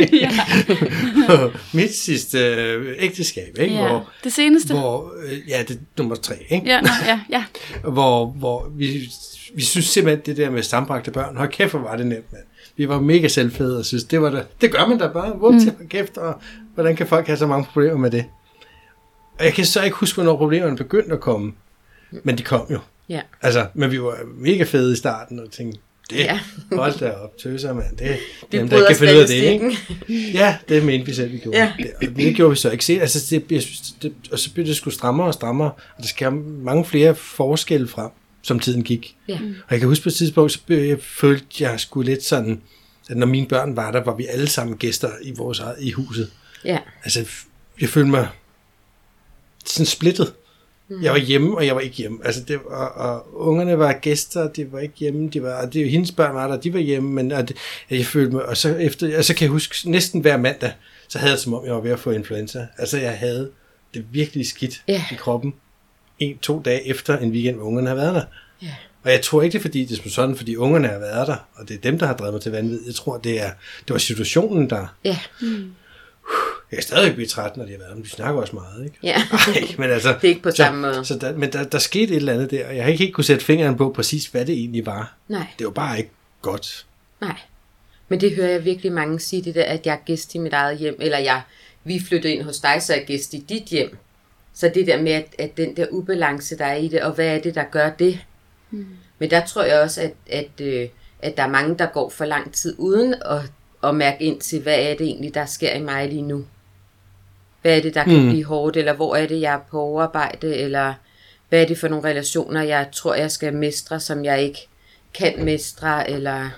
på mit sidste øh, ægteskab, ikke? Ja. Hvor, det seneste. Hvor, øh, ja, det er nummer tre, ikke? Ja, no, ja, ja. hvor, hvor vi, vi synes simpelthen, det der med sambragte børn, hold kæft, hvor var det nemt, mand. Vi var mega selvfede og synes, det var det. Det gør man da bare. Hvor til mm. kæft, og hvordan kan folk have så mange problemer med det? Og jeg kan så ikke huske, hvornår problemerne begyndte at komme. Men de kom jo. Ja. Altså, men vi var mega fede i starten, og tænkte, det, ja. hold da op, tøser, mand. Det, vi dem, der kan finde ud af det, ikke? Ja, det mente vi selv, vi gjorde. Ja. Det, og det gjorde vi så ikke set. Altså, det, jeg synes, det, og så blev det sgu strammere og strammere, og der skal mange flere forskelle frem, som tiden gik. Ja. Og jeg kan huske på et tidspunkt, så jeg følte jeg sgu lidt sådan, at når mine børn var der, var vi alle sammen gæster i vores eget, i huset. Ja. Altså, jeg følte mig sådan splittet. Mm. Jeg var hjemme, og jeg var ikke hjemme. Altså, det var, og ungerne var gæster, de var ikke hjemme. De var, det, hendes børn var der, de var hjemme, men og det, jeg følte mig, og så, efter, og så kan jeg huske, næsten hver mandag, så havde jeg det som om, jeg var ved at få influenza. Altså, jeg havde det virkelig skidt yeah. i kroppen. En, to dage efter en weekend, hvor ungerne har været der. Yeah. Og jeg tror ikke, det er fordi, det er sådan, fordi ungerne har været der, og det er dem, der har drevet mig til vanvid. Jeg tror, det er, det var situationen, der... Ja. Mm. Jeg kan stadig blive træt, når de har været der, men de snakker også meget, ikke? Ja. Ej, men altså... Det er ikke på samme måde. Så der, men der, der skete et eller andet der, og jeg har ikke helt kunne sætte fingeren på præcis, hvad det egentlig var. Nej. Det var bare ikke godt. Nej. Men det hører jeg virkelig mange sige, det der, at jeg er gæst i mit eget hjem, eller jeg, vi flyttede ind hos dig, så jeg er gæst i dit hjem. Så det der med, at, at den der ubalance, der er i det, og hvad er det, der gør det? Mm. Men der tror jeg også, at, at, øh, at der er mange, der går for lang tid uden at, at mærke ind til, hvad er det egentlig, der sker i mig lige nu? Hvad er det, der kan mm. blive hårdt, eller hvor er det, jeg er på overarbejde, eller hvad er det for nogle relationer, jeg tror, jeg skal mestre, som jeg ikke kan mestre, eller...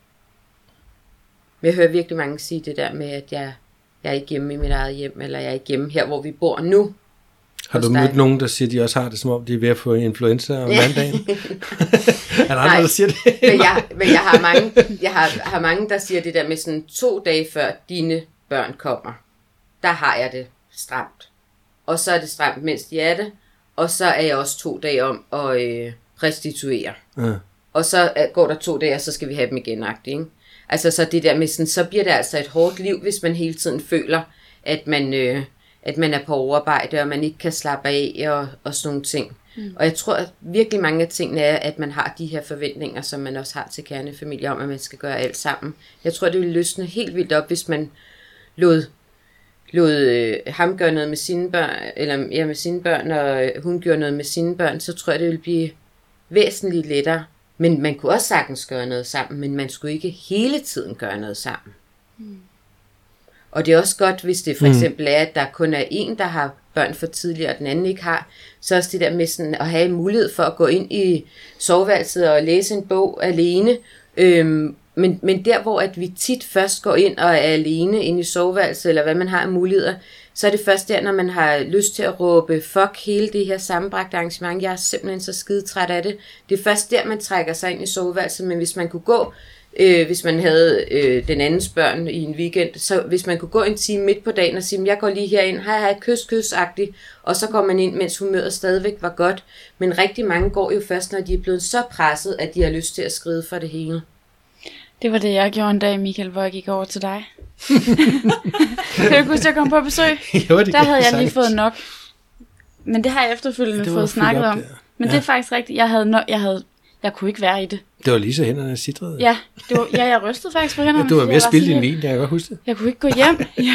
Men jeg hører virkelig mange sige det der med, at jeg, jeg er ikke hjemme i mit eget hjem, eller jeg er ikke hjemme her, hvor vi bor nu. Har du mødt nogen, der siger, at de også har det, som om de er ved at få influenza om mandagen? Er der andre, der siger det? men jeg, men jeg, har mange, jeg har, har mange, der siger det der med sådan to dage før dine børn kommer. Der har jeg det stramt. Og så er det stramt, mens de er det. Og så er jeg også to dage om at øh, restituere. Ja. Og så går der to dage, og så skal vi have dem igen, ikke? Altså så det der med sådan, så bliver det altså et hårdt liv, hvis man hele tiden føler, at man, øh, at man er på overarbejde, og man ikke kan slappe af, og, og sådan nogle ting. Mm. Og jeg tror at virkelig mange af tingene er, at man har de her forventninger, som man også har til kernefamilier, om at man skal gøre alt sammen. Jeg tror, det vil løsne helt vildt op, hvis man lod lod øh, ham gøre noget med sine børn, eller ja, med sine børn, og øh, hun gjorde noget med sine børn, så tror jeg, det ville blive væsentligt lettere. Men man kunne også sagtens gøre noget sammen, men man skulle ikke hele tiden gøre noget sammen. Mm. Og det er også godt, hvis det for eksempel er, at der kun er en, der har børn for tidligere, og den anden ikke har, så også det der med sådan at have en mulighed for at gå ind i soveværelset og læse en bog alene. Øhm, men, men der, hvor at vi tit først går ind og er alene inde i soveværelset, eller hvad man har af muligheder, så er det først der, når man har lyst til at råbe, fuck hele det her sammenbragte arrangement, jeg er simpelthen så skide træt af det. Det er først der, man trækker sig ind i soveværelset, men hvis man kunne gå øh, hvis man havde øh, den andens børn i en weekend, så hvis man kunne gå en time midt på dagen og sige, jeg går lige herind, hej hej, kys kys-agtigt, og så går man ind, mens humøret stadigvæk var godt. Men rigtig mange går jo først, når de er blevet så presset, at de har lyst til at skride for det hele. Det var det, jeg gjorde en dag, Michael, hvor jeg gik over til dig. Kan du ikke huske, at jeg kom på besøg? Jo, det der havde jeg lige fået nok. Men det har jeg efterfølgende fået snakket op, om. Der. Men ja. Det er faktisk rigtigt. Jeg havde, no- jeg havde, jeg kunne ikke være i det. Det var lige så hænderne sidrede. Ja, det var, ja, jeg rystede faktisk på hænderne. Ja, du var ved at spille din vin, jeg kan godt huske det. Jeg kunne ikke gå hjem. Ja.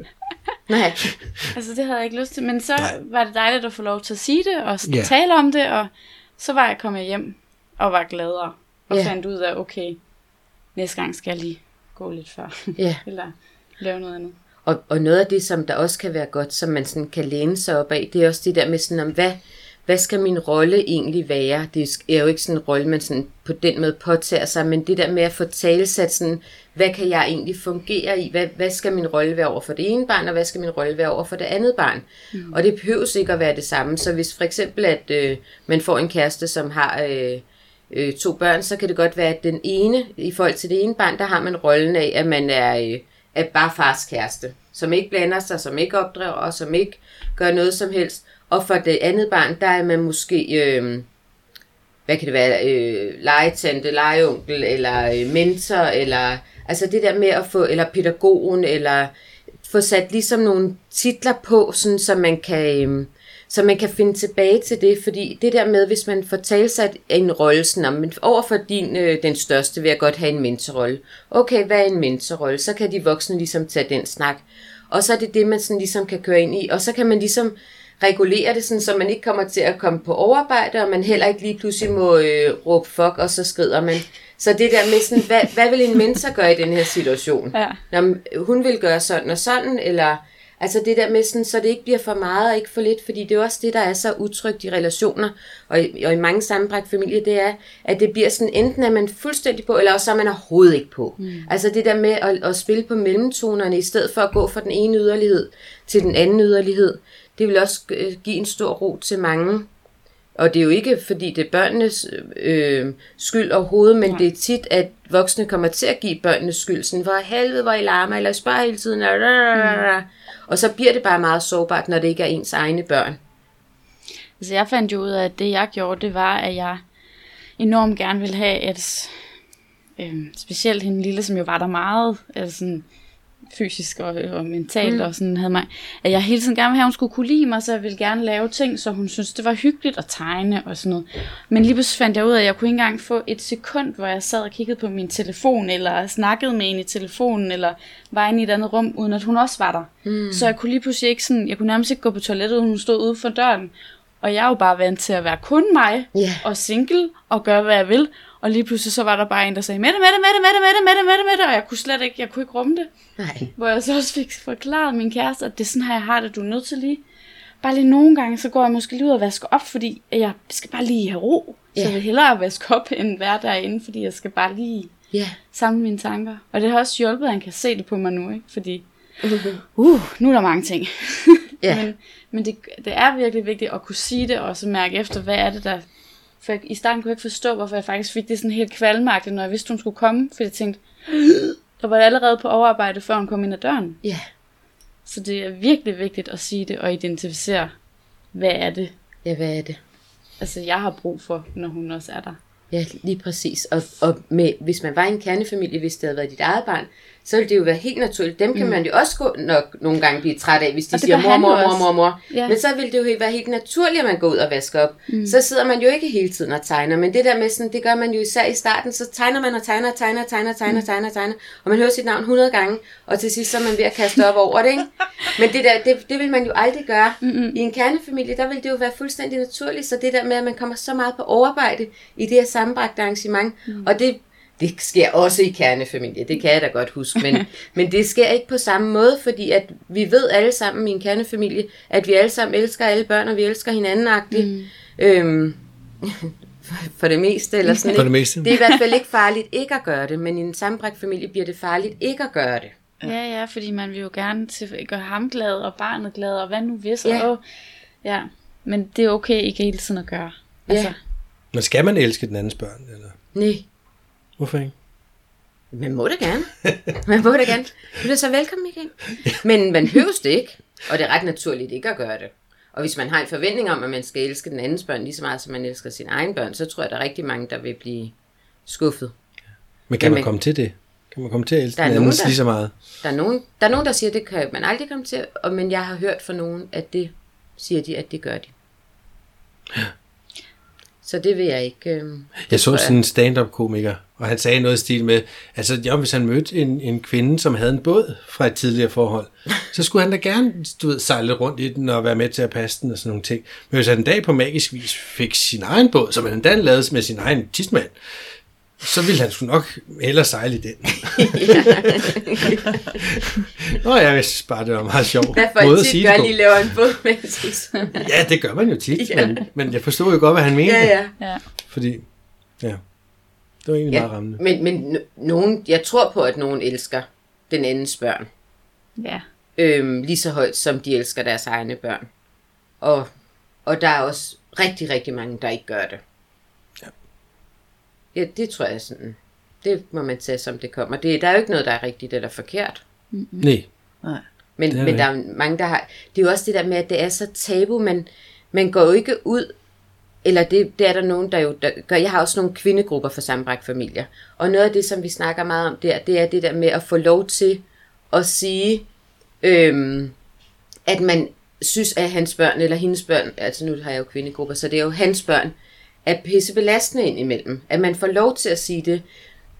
Nej. Altså, det havde jeg ikke lyst til. Men så Nej. var det dejligt at få lov til at sige det, og ja. tale om det, og så var jeg kommet hjem, og var gladere, og ja. fandt ud af, okay, næste gang skal jeg lige gå lidt før. Ja. Eller lave noget andet. Og, og noget af det, som der også kan være godt, som man sådan kan læne sig op af, det er også det der med sådan, om hvad, hvad skal min rolle egentlig være? Det er jo ikke sådan en rolle, man sådan på den måde påtager sig, men det der med at få talesat sådan, hvad kan jeg egentlig fungere i? Hvad, hvad skal min rolle være over for det ene barn, og hvad skal min rolle være over for det andet barn? Mm. Og det behøver ikke at være det samme. Så hvis for eksempel, at øh, man får en kæreste, som har øh, øh, to børn, så kan det godt være, at den ene, i forhold til det ene barn, der har man rollen af, at man er... Øh, er bare fars kæreste, som ikke blander sig, som ikke opdrager, og som ikke gør noget som helst. Og for det andet barn, der er man måske, øh, hvad kan det være, øh, legetante, legeonkel, eller øh, mentor, eller altså det der med at få, eller pædagogen, eller få sat ligesom nogle titler på, sådan, så man kan... Øh, Så man kan finde tilbage til det, fordi det der med, hvis man får talsat en rolle, sådan, overfor din, øh, den største, vil jeg godt have en mentorrolle. Okay, hvad er en mentorrolle? Så kan de voksne ligesom tage den snak. Og så er det det, man sådan ligesom kan køre ind i. Og så kan man ligesom regulere det, sådan, så man ikke kommer til at komme på overarbejde, og man heller ikke lige pludselig må øh, råbe fuck, og så skrider man. Så det der med sådan, hvad, hvad vil en mentor gøre i den her situation? Ja. Når hun vil gøre sådan og sådan, eller... Altså det der med sådan, så det ikke bliver for meget og ikke for lidt, fordi det er også det, der er så utrygt i relationer, og i, og i mange sammenbragte familier, det er, at det bliver sådan, enten er man fuldstændig på, eller også er man overhovedet ikke på. Mm. Altså det der med at, at spille på mellemtonerne, i stedet for at gå fra den ene yderlighed til den anden yderlighed, det vil også give en stor ro til mange. Og det er jo ikke, fordi det er børnenes øh, skyld overhovedet, men ja. Det er tit, at voksne kommer til at give børnenes skyld, sådan, hvor helvede, hvor I larmer, eller spørger hele tiden, mm. Og så bliver det bare meget sårbart, når det ikke er ens egne børn. Altså jeg fandt jo ud af, at det jeg gjorde, det var, at jeg enormt gerne ville have, at øh, specielt hende lille, som jo var der meget, altså sådan, fysisk og, og mentalt, mm. og sådan havde mig, at jeg hele tiden gerne ville have, at hun skulle kunne lide mig, så jeg ville gerne lave ting, så hun synes det var hyggeligt at tegne og sådan noget. Men lige pludselig fandt jeg ud af, at jeg kunne ikke engang få et sekund, hvor jeg sad og kiggede på min telefon, eller snakkede med en i telefonen, eller var inde i et andet rum, uden at hun også var der. Mm. Så jeg kunne lige pludselig ikke sådan, jeg kunne nærmest ikke gå på toilettet, uden hun stod ude for døren. Og jeg er jo bare vant til at være kun mig, yeah. og single, og gøre hvad jeg vil. Og lige pludselig så var der bare en, der sagde, Mette, Mette, Mette, Mette, Mette, Mette, Mette, Mette, og jeg kunne slet ikke, jeg kunne ikke rumme det. Nej. Hvor jeg så også fik forklaret min kæreste, at det er sådan her, jeg har det, du er nødt til lige. Bare lige nogle gange, så går jeg måske lige ud og vasker op, fordi jeg skal bare lige have ro. Så yeah. jeg vil hellere vaske op, end være derinde, fordi jeg skal bare lige yeah. samle mine tanker. Og det har også hjulpet, at han kan se det på mig nu, ikke? Fordi, uh, nu er der mange ting. yeah. Men, men det, det er virkelig vigtigt at kunne sige det, og så mærke efter, hvad er det, der... For jeg, i starten kunne jeg ikke forstå, hvorfor jeg faktisk fik det sådan helt kvalmagtigt, når jeg vidste, hun skulle komme. For jeg tænkte, der var jeg allerede på overarbejde, før hun kom ind ad døren. Ja. Yeah. Så det er virkelig vigtigt at sige det og identificere, hvad er det? Ja, hvad er det? Altså, jeg har brug for, når hun også er der. Ja, lige præcis. Og, og med, hvis man var i en kernefamilie, hvis det havde været dit eget barn, så ville det jo være helt naturligt. Dem kan mm. man jo også gå, nok nogle gange blive træt af, hvis de siger mor, mor, mor, mor, mor. Ja. Men så ville det jo være helt naturligt, at man går ud og vasker op. Mm. Så sidder man jo ikke hele tiden og tegner. Men det der med sådan, det gør man jo især i starten, så tegner man og tegner og tegner og tegner og tegner, mm. tegner, tegner. Og man hører sit navn hundrede gange, og til sidst så er man ved at kaste op over det, ikke? Men det der, det, det vil man jo aldrig gøre. Mm-hmm. I en kernefamilie, der vil det jo være fuldstændig naturligt. Så det der med, at man kommer så meget på overarbejde i det her sammenbragte arrangement, mm. og det Det sker også i kernefamilie, det kan jeg da godt huske, men, men det sker ikke på samme måde, fordi at vi ved alle sammen i en kernefamilie, at vi alle sammen elsker alle børn, og vi elsker hinanden-agtigt. Mm. Øhm, for det meste, eller sådan. For det meste. Det er i hvert fald ikke farligt ikke at gøre det, men i en sammenbragt familie bliver det farligt ikke at gøre det. Ja, ja, fordi man vil jo gerne til, gøre ham glad, og barnet glad, og hvad nu hvis, ja. Og, ja. Men det er okay ikke hele tiden at gøre. Altså. Ja. Men skal man elske den andens børn, eller? Nej. Hvorfor ikke? Man må det gerne. Man må det gerne. Du er så velkommen, Michael. Men man høves det ikke. Og det er ret naturligt ikke at gøre det. Og hvis man har en forventning om, at man skal elske den andens børn lige så meget, som man elsker sine egne børn, så tror jeg, der er rigtig mange, der vil blive skuffet. Men kan Jamen, man komme til det? Kan man komme til at elske den andens lige så meget? Der er, nogen, der er nogen, der siger, at det kan man aldrig komme til. Og, men jeg har hørt fra nogen, at det siger de, at det gør de. Ja. Så det vil jeg ikke... Øh, jeg så sådan en stand-up-komiker, og han sagde noget i stil med, altså jo, hvis han mødte en, en kvinde, som havde en båd fra et tidligere forhold, så skulle han da gerne, du ved, sejle rundt i den og være med til at passe den og sådan nogle ting. Men hvis han en dag på magisk vis fik sin egen båd, som han endda lavede med sin egen tidsmand, så ville han sgu nok hellere sejle i den. Nå ja, jeg synes bare, det var meget sjovt. Hvad folk tit gør, lige laver en båd med tidsmand. Ja, det gør man jo tit, ja. men, men jeg forstod jo godt, hvad han mente. Ja, ja. Fordi, ja, det var egentlig ja, meget rammende. Men, men nogen, jeg tror på, at nogen elsker den andens børn. Ja. Øhm, lige så højt, som de elsker deres egne børn. Og, og der er også rigtig, rigtig mange, der ikke gør det. Ja, det tror jeg sådan. Det må man tage, som det kommer. Det, der er jo ikke noget, der er rigtigt eller forkert. Mm-hmm. Nej. Nej. Men, men der er mange, der har... Det er jo også det der med, at det er så tabu, men man går jo ikke ud... Eller det, det er der nogen, der jo der gør... Jeg har også nogle kvindegrupper for sammenbragt familier. Og noget af det, som vi snakker meget om der, det er det der med at få lov til at sige, øhm, at man synes, at hans børn eller hendes børn... Altså nu har jeg jo kvindegrupper, så det er jo hans børn, er pissebelastende ind imellem. At man får lov til at sige det.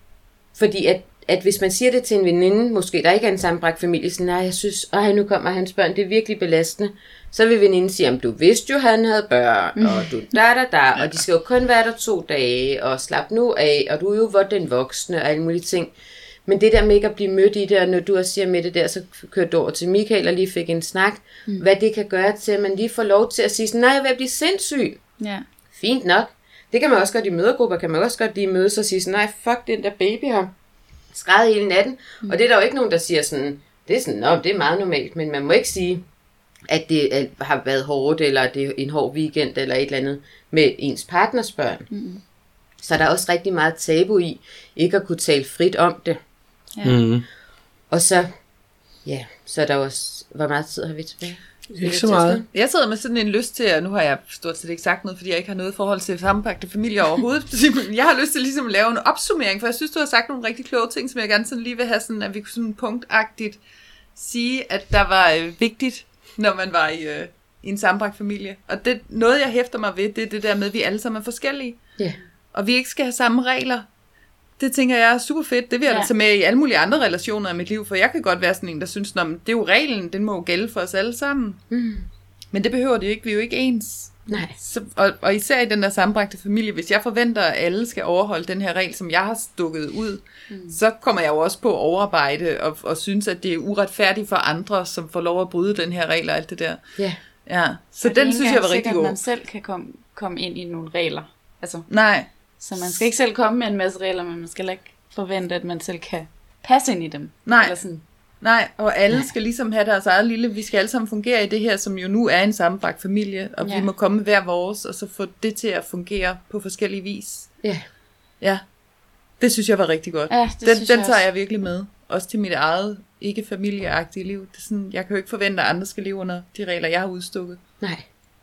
Fordi at, at hvis man siger det til en veninde, måske der ikke er en sammenbragt familie, så nej, jeg synes, ej, nu kommer hans børn, det er virkelig belastende. Så vil veninden sige, at du vidste jo, han havde børn, og du der, der, der, og de skal jo kun være der to dage, og slap nu af, og du er jo den voksne, og alle mulige ting. Men det der med ikke at blive mødt i det, og når du også siger med det der, så kørte du over til Michael og lige fik en snak, mm. hvad det kan gøre til, at man lige får lov til at sige sådan, nej, jeg vil blive sindssyg. Ja. Fint nok. Det kan man også godt i mødergrupper, kan man også godt lige mødes og sige sådan, nej, fuck den der baby her. Skræd hele natten. Mm. Og det er der jo ikke nogen, der siger sådan, det er sådan, nå, det er meget normalt, men man må ikke sige, at det har været hårdt, eller at det er en hård weekend, eller et eller andet, med ens partners børn. Mm. Så der er også rigtig meget tabu i, ikke at kunne tale frit om det. Ja. Mm. Og så, ja, så er der også, hvor meget tid har vi tilbage? Ikke så meget. Jeg sidder med sådan en lyst til, og nu har jeg stort set ikke sagt noget, fordi jeg ikke har noget forhold til sammenbragte familier overhovedet. Jeg har lyst til ligesom at lave en opsummering, for jeg synes, du har sagt nogle rigtig kloge ting, som jeg gerne sådan lige vil have sådan, at vi kunne sådan punktagtigt sige, at der var øh, vigtigt, når man var i, øh, i en sammenbragt familie. Og det, noget, jeg hæfter mig ved, det er det der med, at vi alle sammen er forskellige. Yeah. Og vi ikke skal have samme regler. Det tænker jeg er super fedt. Det vil jeg ja. da tage med i alle mulige andre relationer i mit liv, for jeg kan godt være sådan en, der synes, at det er jo reglen, den må jo gælde for os alle sammen. Mm. Men det behøver det jo ikke, vi er jo ikke ens. Nej. Så, og, og især i den der sammenbragte familie, hvis jeg forventer, at alle skal overholde den her regel, som jeg har stukket ud, mm. så kommer jeg jo også på at overarbejde, og, og synes, at det er uretfærdigt for andre, som får lov at bryde den her regel og alt det der. Yeah. Ja. Så den synes jeg var rigtig god. At man selv kan komme, komme ind i nogle regler. Altså. Nej. Så man skal ikke selv komme med en masse regler, men man skal ikke forvente, at man selv kan passe ind i dem. Nej, eller sådan. Nej, og alle Nej. skal ligesom have deres eget lille, vi skal alle sammen fungere i det her, som jo nu er en sammenbragt familie, og ja. vi må komme med hver vores, og så få det til at fungere på forskellige vis. Ja. Ja, det synes jeg var rigtig godt. Ja, den den jeg tager jeg virkelig med, også til mit eget ikke-familieagtige liv. Det er sådan, jeg kan jo ikke forvente, at andre skal leve under de regler, jeg har udstukket. Nej,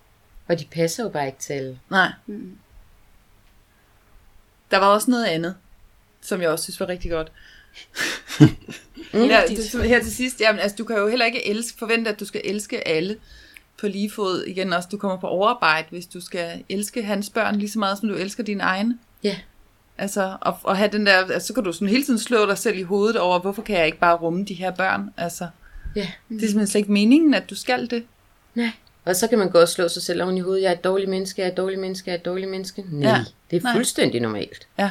og de passer jo bare ikke til. Nej. Mm. Der var også noget andet, som jeg også synes var rigtig godt. mm, ja, det, her til sidst, jamen, altså, du kan jo heller ikke elske, forvente, at du skal elske alle på lige fod. Igen også, du kommer på overarbejde, hvis du skal elske hans børn lige så meget, som du elsker dine egne. Ja. Yeah. Altså, og, og have den der, altså, så kan du sådan hele tiden slå dig selv i hovedet over, hvorfor kan jeg ikke bare rumme de her børn? Altså, ja. Yeah. Det er simpelthen slet ikke meningen, at du skal det. Nej. Og så kan man gå og slå sig selv oven i hovedet. Jeg er et dårligt menneske, jeg er et dårligt menneske, jeg er et dårligt menneske. Nej, ja. Det er Nej. fuldstændig normalt. Ja.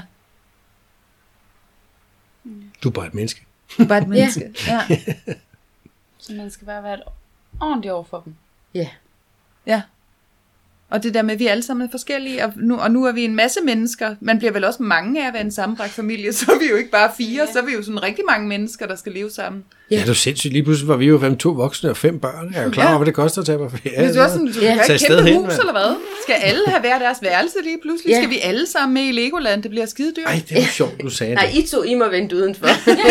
Du er bare et menneske. Du er bare et menneske, ja. ja. Så man skal bare være ordentligt over for dem. Ja. Ja. Og det der med, at vi alle sammen er forskellige, og nu, og nu er vi en masse mennesker. Man bliver vel også mange af at være en sammenbragt familie, så er vi jo ikke bare fire, ja. Så er vi jo sådan rigtig mange mennesker, der skal leve sammen. Ja, det er sindssygt. Lige pludselig var vi jo fem, to voksne og fem børn. Jeg er jo klar over, ja. Hvad det koster at tage på ferie. Det er også sådan, du ja. Har et kæmpe hen, hus, eller hvad? Skal alle have hver deres værelse lige pludselig? Ja. Skal vi alle sammen med i Legoland? Det bliver skide dyrt. Ej, det var sjovt, du sagde det. Nej, I to, I må vente udenfor.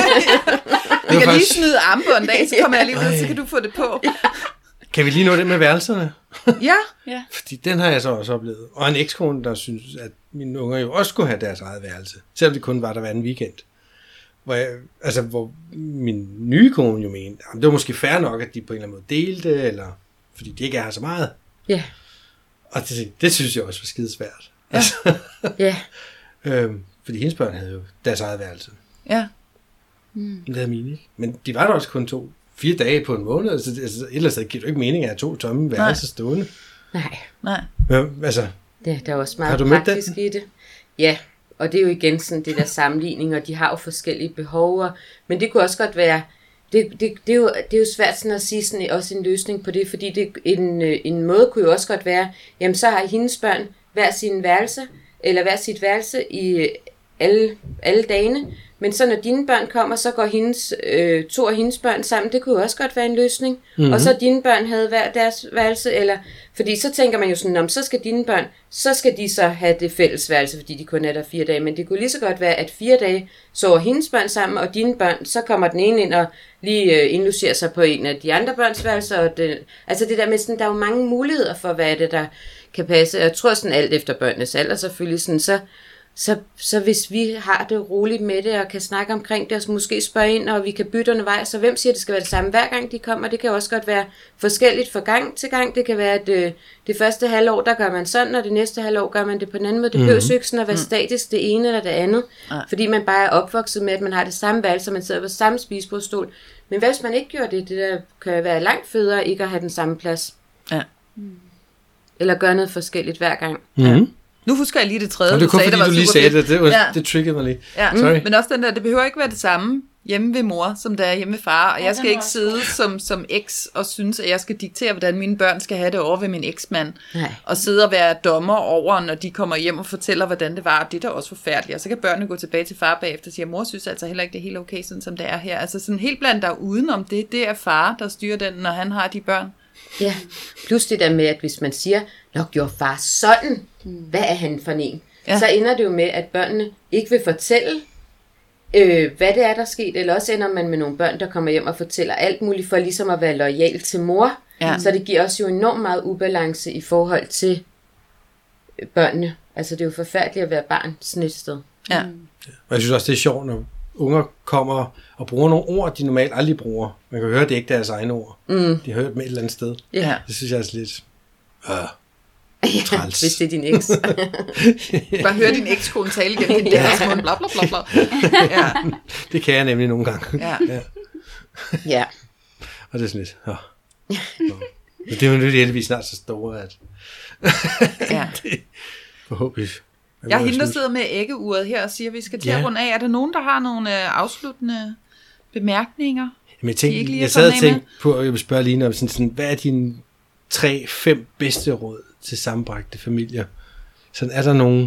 Vi kan lige snyde armbånd dag, så kommer jeg lige ud, så kan du få det på. Kan vi lige nå det med værelserne? Ja. ja. Fordi den har jeg så også oplevet. Og en ekskone, der synes, at mine unger jo også skulle have deres eget værelse. Selvom det kun var der hver anden weekend. Hvor, jeg, altså, hvor min nye kone jo mente, at det var måske fair nok, at de på en eller anden måde delte, eller fordi de ikke er her så meget. Ja. Og det, det synes jeg også var skidesvært. Ja. Altså, ja. øhm, fordi hendes børn havde jo deres eget værelse. Ja. Mm. Det havde mine ikke. Men de var der også kun to. Fire dage på en måned, altså, altså ellers giver det jo ikke mening at have to tomme værelser stående. Nej. Nej. Men, altså, ja, der er også meget praktisk i det. Ja, og det er jo igen sådan det der sammenligning, og de har jo forskellige behov, men det kunne også godt være, det, det, det, er, jo, det er jo svært sådan at sige sådan også en løsning på det, fordi det, en, en måde kunne jo også godt være, jamen så har hendes børn hver sin værelse, eller hver sit værelse i alle, alle dagene, men så når dine børn kommer, så går hendes, øh, to af hendes børn sammen. Det kunne jo også godt være en løsning. Mm-hmm. Og så dine børn havde hver deres værelse. Eller, fordi så tænker man jo sådan, om så skal dine børn, så skal de så have det fælles værelse, fordi de kun er der fire dage. Men det kunne lige så godt være, at fire dage sover hendes børn sammen, og dine børn, så kommer den ene ind og lige øh, indlogerer sig på en af de andre børns værelser. Og det, altså det der med sådan, der er jo mange muligheder for, hvad er det, der kan passe. Jeg tror sådan alt efter børnenes alder selvfølgelig sådan, så Så, så hvis vi har det roligt med det, og kan snakke omkring det, og måske spørge ind, og vi kan bytte undervejs, så hvem siger, at det skal være det samme hver gang de kommer? Det kan også godt være forskelligt fra gang til gang. Det kan være, at det, det første halvår, der gør man sådan, og det næste halvår gør man det på den anden måde. Det behøver mm-hmm. ikke sådan at være statisk det ene eller det andet, ja. Fordi man bare er opvokset med, at man har det samme værelse, og man sidder på samme spisebordstol. Men hvad hvis man ikke gjorde det? Det der kan være langt federe ikke at have den samme plads. Ja. Eller gøre noget forskelligt hver gang. Mm-hmm. Ja. Nu husker jeg lige det tredje, og det du sagde, fordi, der var du lige sagde det. Det, var, ja. det triggede mig lige. Ja. Sorry. Men også den der, det behøver ikke være det samme hjemme ved mor, som det er hjemme ved far. Og ja, jeg skal ikke sidde som, som eks og synes, at jeg skal diktere, hvordan mine børn skal have det over ved min eksmand. Nej. Og sidde og være dommer over, når de kommer hjem og fortæller, hvordan det var. Det er da også forfærdeligt. Og så kan børnene gå tilbage til far bagefter og sige, mor synes altså heller ikke, det er helt okay, sådan som det er her. Altså sådan helt blandt der udenom det, det er far, der styrer den, når han har de børn. Ja, plus det der med, at hvis man siger, nok gjorde far sådan, hvad er han for en? Ja. Så ender det jo med, at børnene ikke vil fortælle, øh, hvad det er, der er sket, eller også ender man med nogle børn, der kommer hjem og fortæller alt muligt, for ligesom at være loyal til mor. Ja. Så det giver også jo enormt meget ubalance i forhold til børnene. Altså det er jo forfærdeligt at være barn sådan et sted. Ja. Mm. Og jeg synes også, det er sjovt, når unger kommer og bruger nogle ord, de normalt aldrig bruger. Man kan høre, at det ikke er deres egne ord. Mm. De har hørt dem et eller andet sted. Ja. Det synes jeg er lidt øh, træls. Hvis det er din eks. Bare høre din ekskone tale gennem den der små bla bla bla bla. Ja. Det kan jeg nemlig nogle gange. Ja. Ja. Ja. Og det er sådan lidt, ja. Men det er jo nødt heldigvis snart så store, at ja. det, forhåbentlig. Jeg er hende, der sidder med æggeuret her og siger, at vi skal til ja. at runde af. Er der nogen, der har nogle øh, afsluttende bemærkninger? Jamen, jeg, tænkte, jeg sad og tænkte på, at jeg vil spørge Line om, sådan, sådan, hvad er dine tre, fem bedste råd til sammenbragte familier? Sådan, er der nogle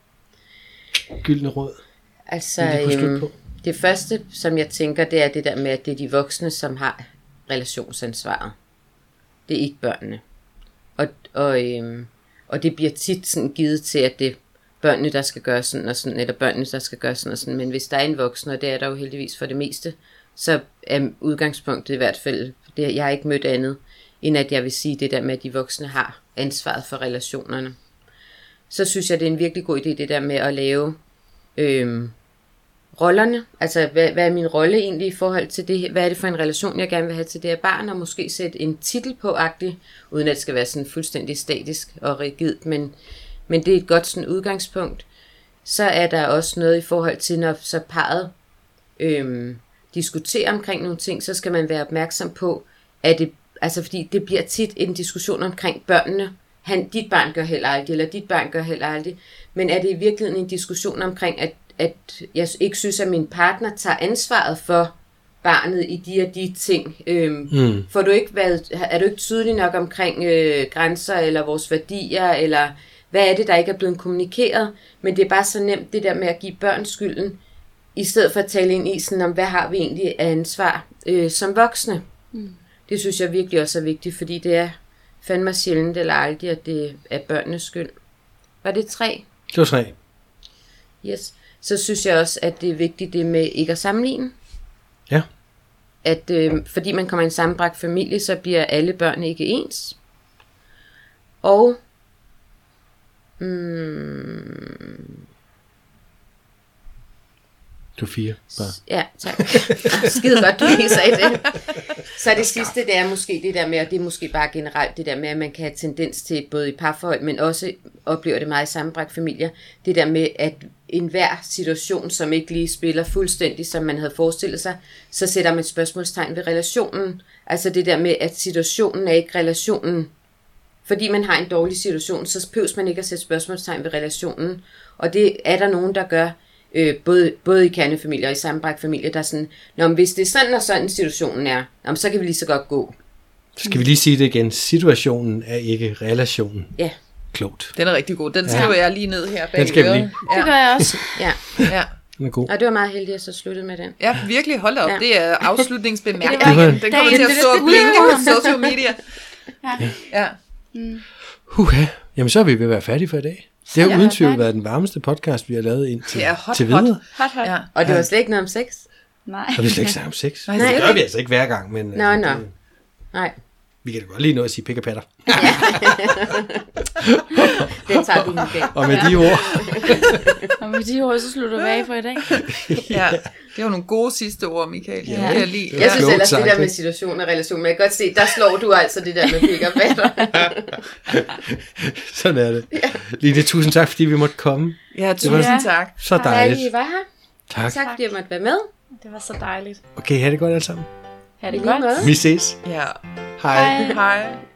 gyldne råd? Altså, øhm, det første, som jeg tænker, det er det der med, at det er de voksne, som har relationsansvaret. Det er ikke børnene. Og, og, øhm, og det bliver tit sådan givet til, at det børnene, der skal gøre sådan og sådan, eller børnene, der skal gøre sådan og sådan. Men hvis der er en voksen, og det er der jo heldigvis for det meste, så er udgangspunktet i hvert fald, det, jeg har ikke mødt andet, end at jeg vil sige det der med, at de voksne har ansvaret for relationerne. Så synes jeg, det er en virkelig god idé, det der med at lave øhm, rollerne. Altså, hvad, hvad er min rolle egentlig i forhold til det her? Hvad er det for en relation, jeg gerne vil have til det her barn? Og måske sætte en titel på-agtig, uden at det skal være sådan fuldstændig statisk og rigidt, men Men det er et godt sådan udgangspunkt. Så er der også noget i forhold til, når så parret øhm, diskuterer omkring nogle ting, så skal man være opmærksom på, at det, altså fordi det bliver tit en diskussion omkring børnene. Han, dit barn gør heller aldrig, eller dit barn gør heller aldrig. Men er det i virkeligheden en diskussion omkring, at, at jeg ikke synes, at min partner tager ansvaret for barnet i de og de ting. Øhm, Mm. får du ikke været, er du ikke tydelig nok omkring øh, grænser eller vores værdier, eller hvad er det, der ikke er blevet kommunikeret? Men det er bare så nemt det der med at give børn skylden, i stedet for at tale ind i sådan om, hvad har vi egentlig af ansvar øh, som voksne. Mm. Det synes jeg virkelig også er vigtigt, fordi det er fandme sjældent eller aldrig, at det er børnenes skyld. Var det tre? Det var tre. Yes. Så synes jeg også, at det er vigtigt det med ikke at sammenligne. Ja. At øh, fordi man kommer i en sammenbragt familie, så bliver alle børn ikke ens. Og mm, Du er fire. Bare. ja, tak. Skide godt, du lige sagde det. Så det sidste, det er måske det der med, og det er måske bare generelt det der med, at man kan have tendens til, både i parforhold, men også oplever det meget i sammenbragt familier, det der med, at enhver situation, som ikke lige spiller fuldstændig, som man havde forestillet sig, så sætter man et spørgsmålstegn ved relationen. Altså det der med, at situationen er ikke relationen. Fordi man har en dårlig situation, så behøver man ikke at sætte spørgsmålstegn ved relationen. Og det er der nogen, der gør, øh, både, både i kernefamilier og i sammenbragt familier, der er sådan, nå, hvis det er sådan og sådan situationen er, nå, så kan vi lige så godt gå. Skal vi lige sige det igen? Situationen er ikke relationen. Ja. Klogt. Den er rigtig god. Den skriver ja. jeg lige ned her bag Den skal vi øret. lige. Ja. Det gør jeg også. Ja. Ja. Den er god. Og det var meget heldigt, at jeg så sluttede med den. Ja, virkelig, hold da op. Ja. Det er afslutningsbemærkningen. Det var- Den kommer til at stå og blinke på social media. Ja. Ja. Huha. Jamen, så er vi ved at være færdige for i dag. Det har Ja, uden tvivl tak. været den varmeste podcast, vi har lavet indtil Det er hot, til hot. videre. Hot, hot. Ja. Og det var slet ikke noget om sex. Nej. Og vi skal ikke snakke om sex. Nej, det det er gør det. vi altså ikke hver gang, men Nå, altså, nå. det, Nej, vi kan da godt lige nå at sige pik og patter. det tager du nu igen. Og med de ord, Og med de ord, så slutter vi af for i dag. Ja. Det var nogle gode sidste ord, Michael. Ja. Ja. Det kan jeg lide. Jeg synes Klogt ellers, det sagt, der med ikke? situation og relation, men jeg kan godt se, der slår du altså det der med pik og patter. sådan er det. Line, tusind tak, fordi vi måtte komme. Ja, var- tusind tak. Så Hej, dejligt. I var her. Tak. Tak, fordi jeg måtte være med. Det var så dejligt. Okay, ha' det godt alle sammen. Ha' det I lige godt. måde. Vi ses. Ja. Hej. Hej. Hej.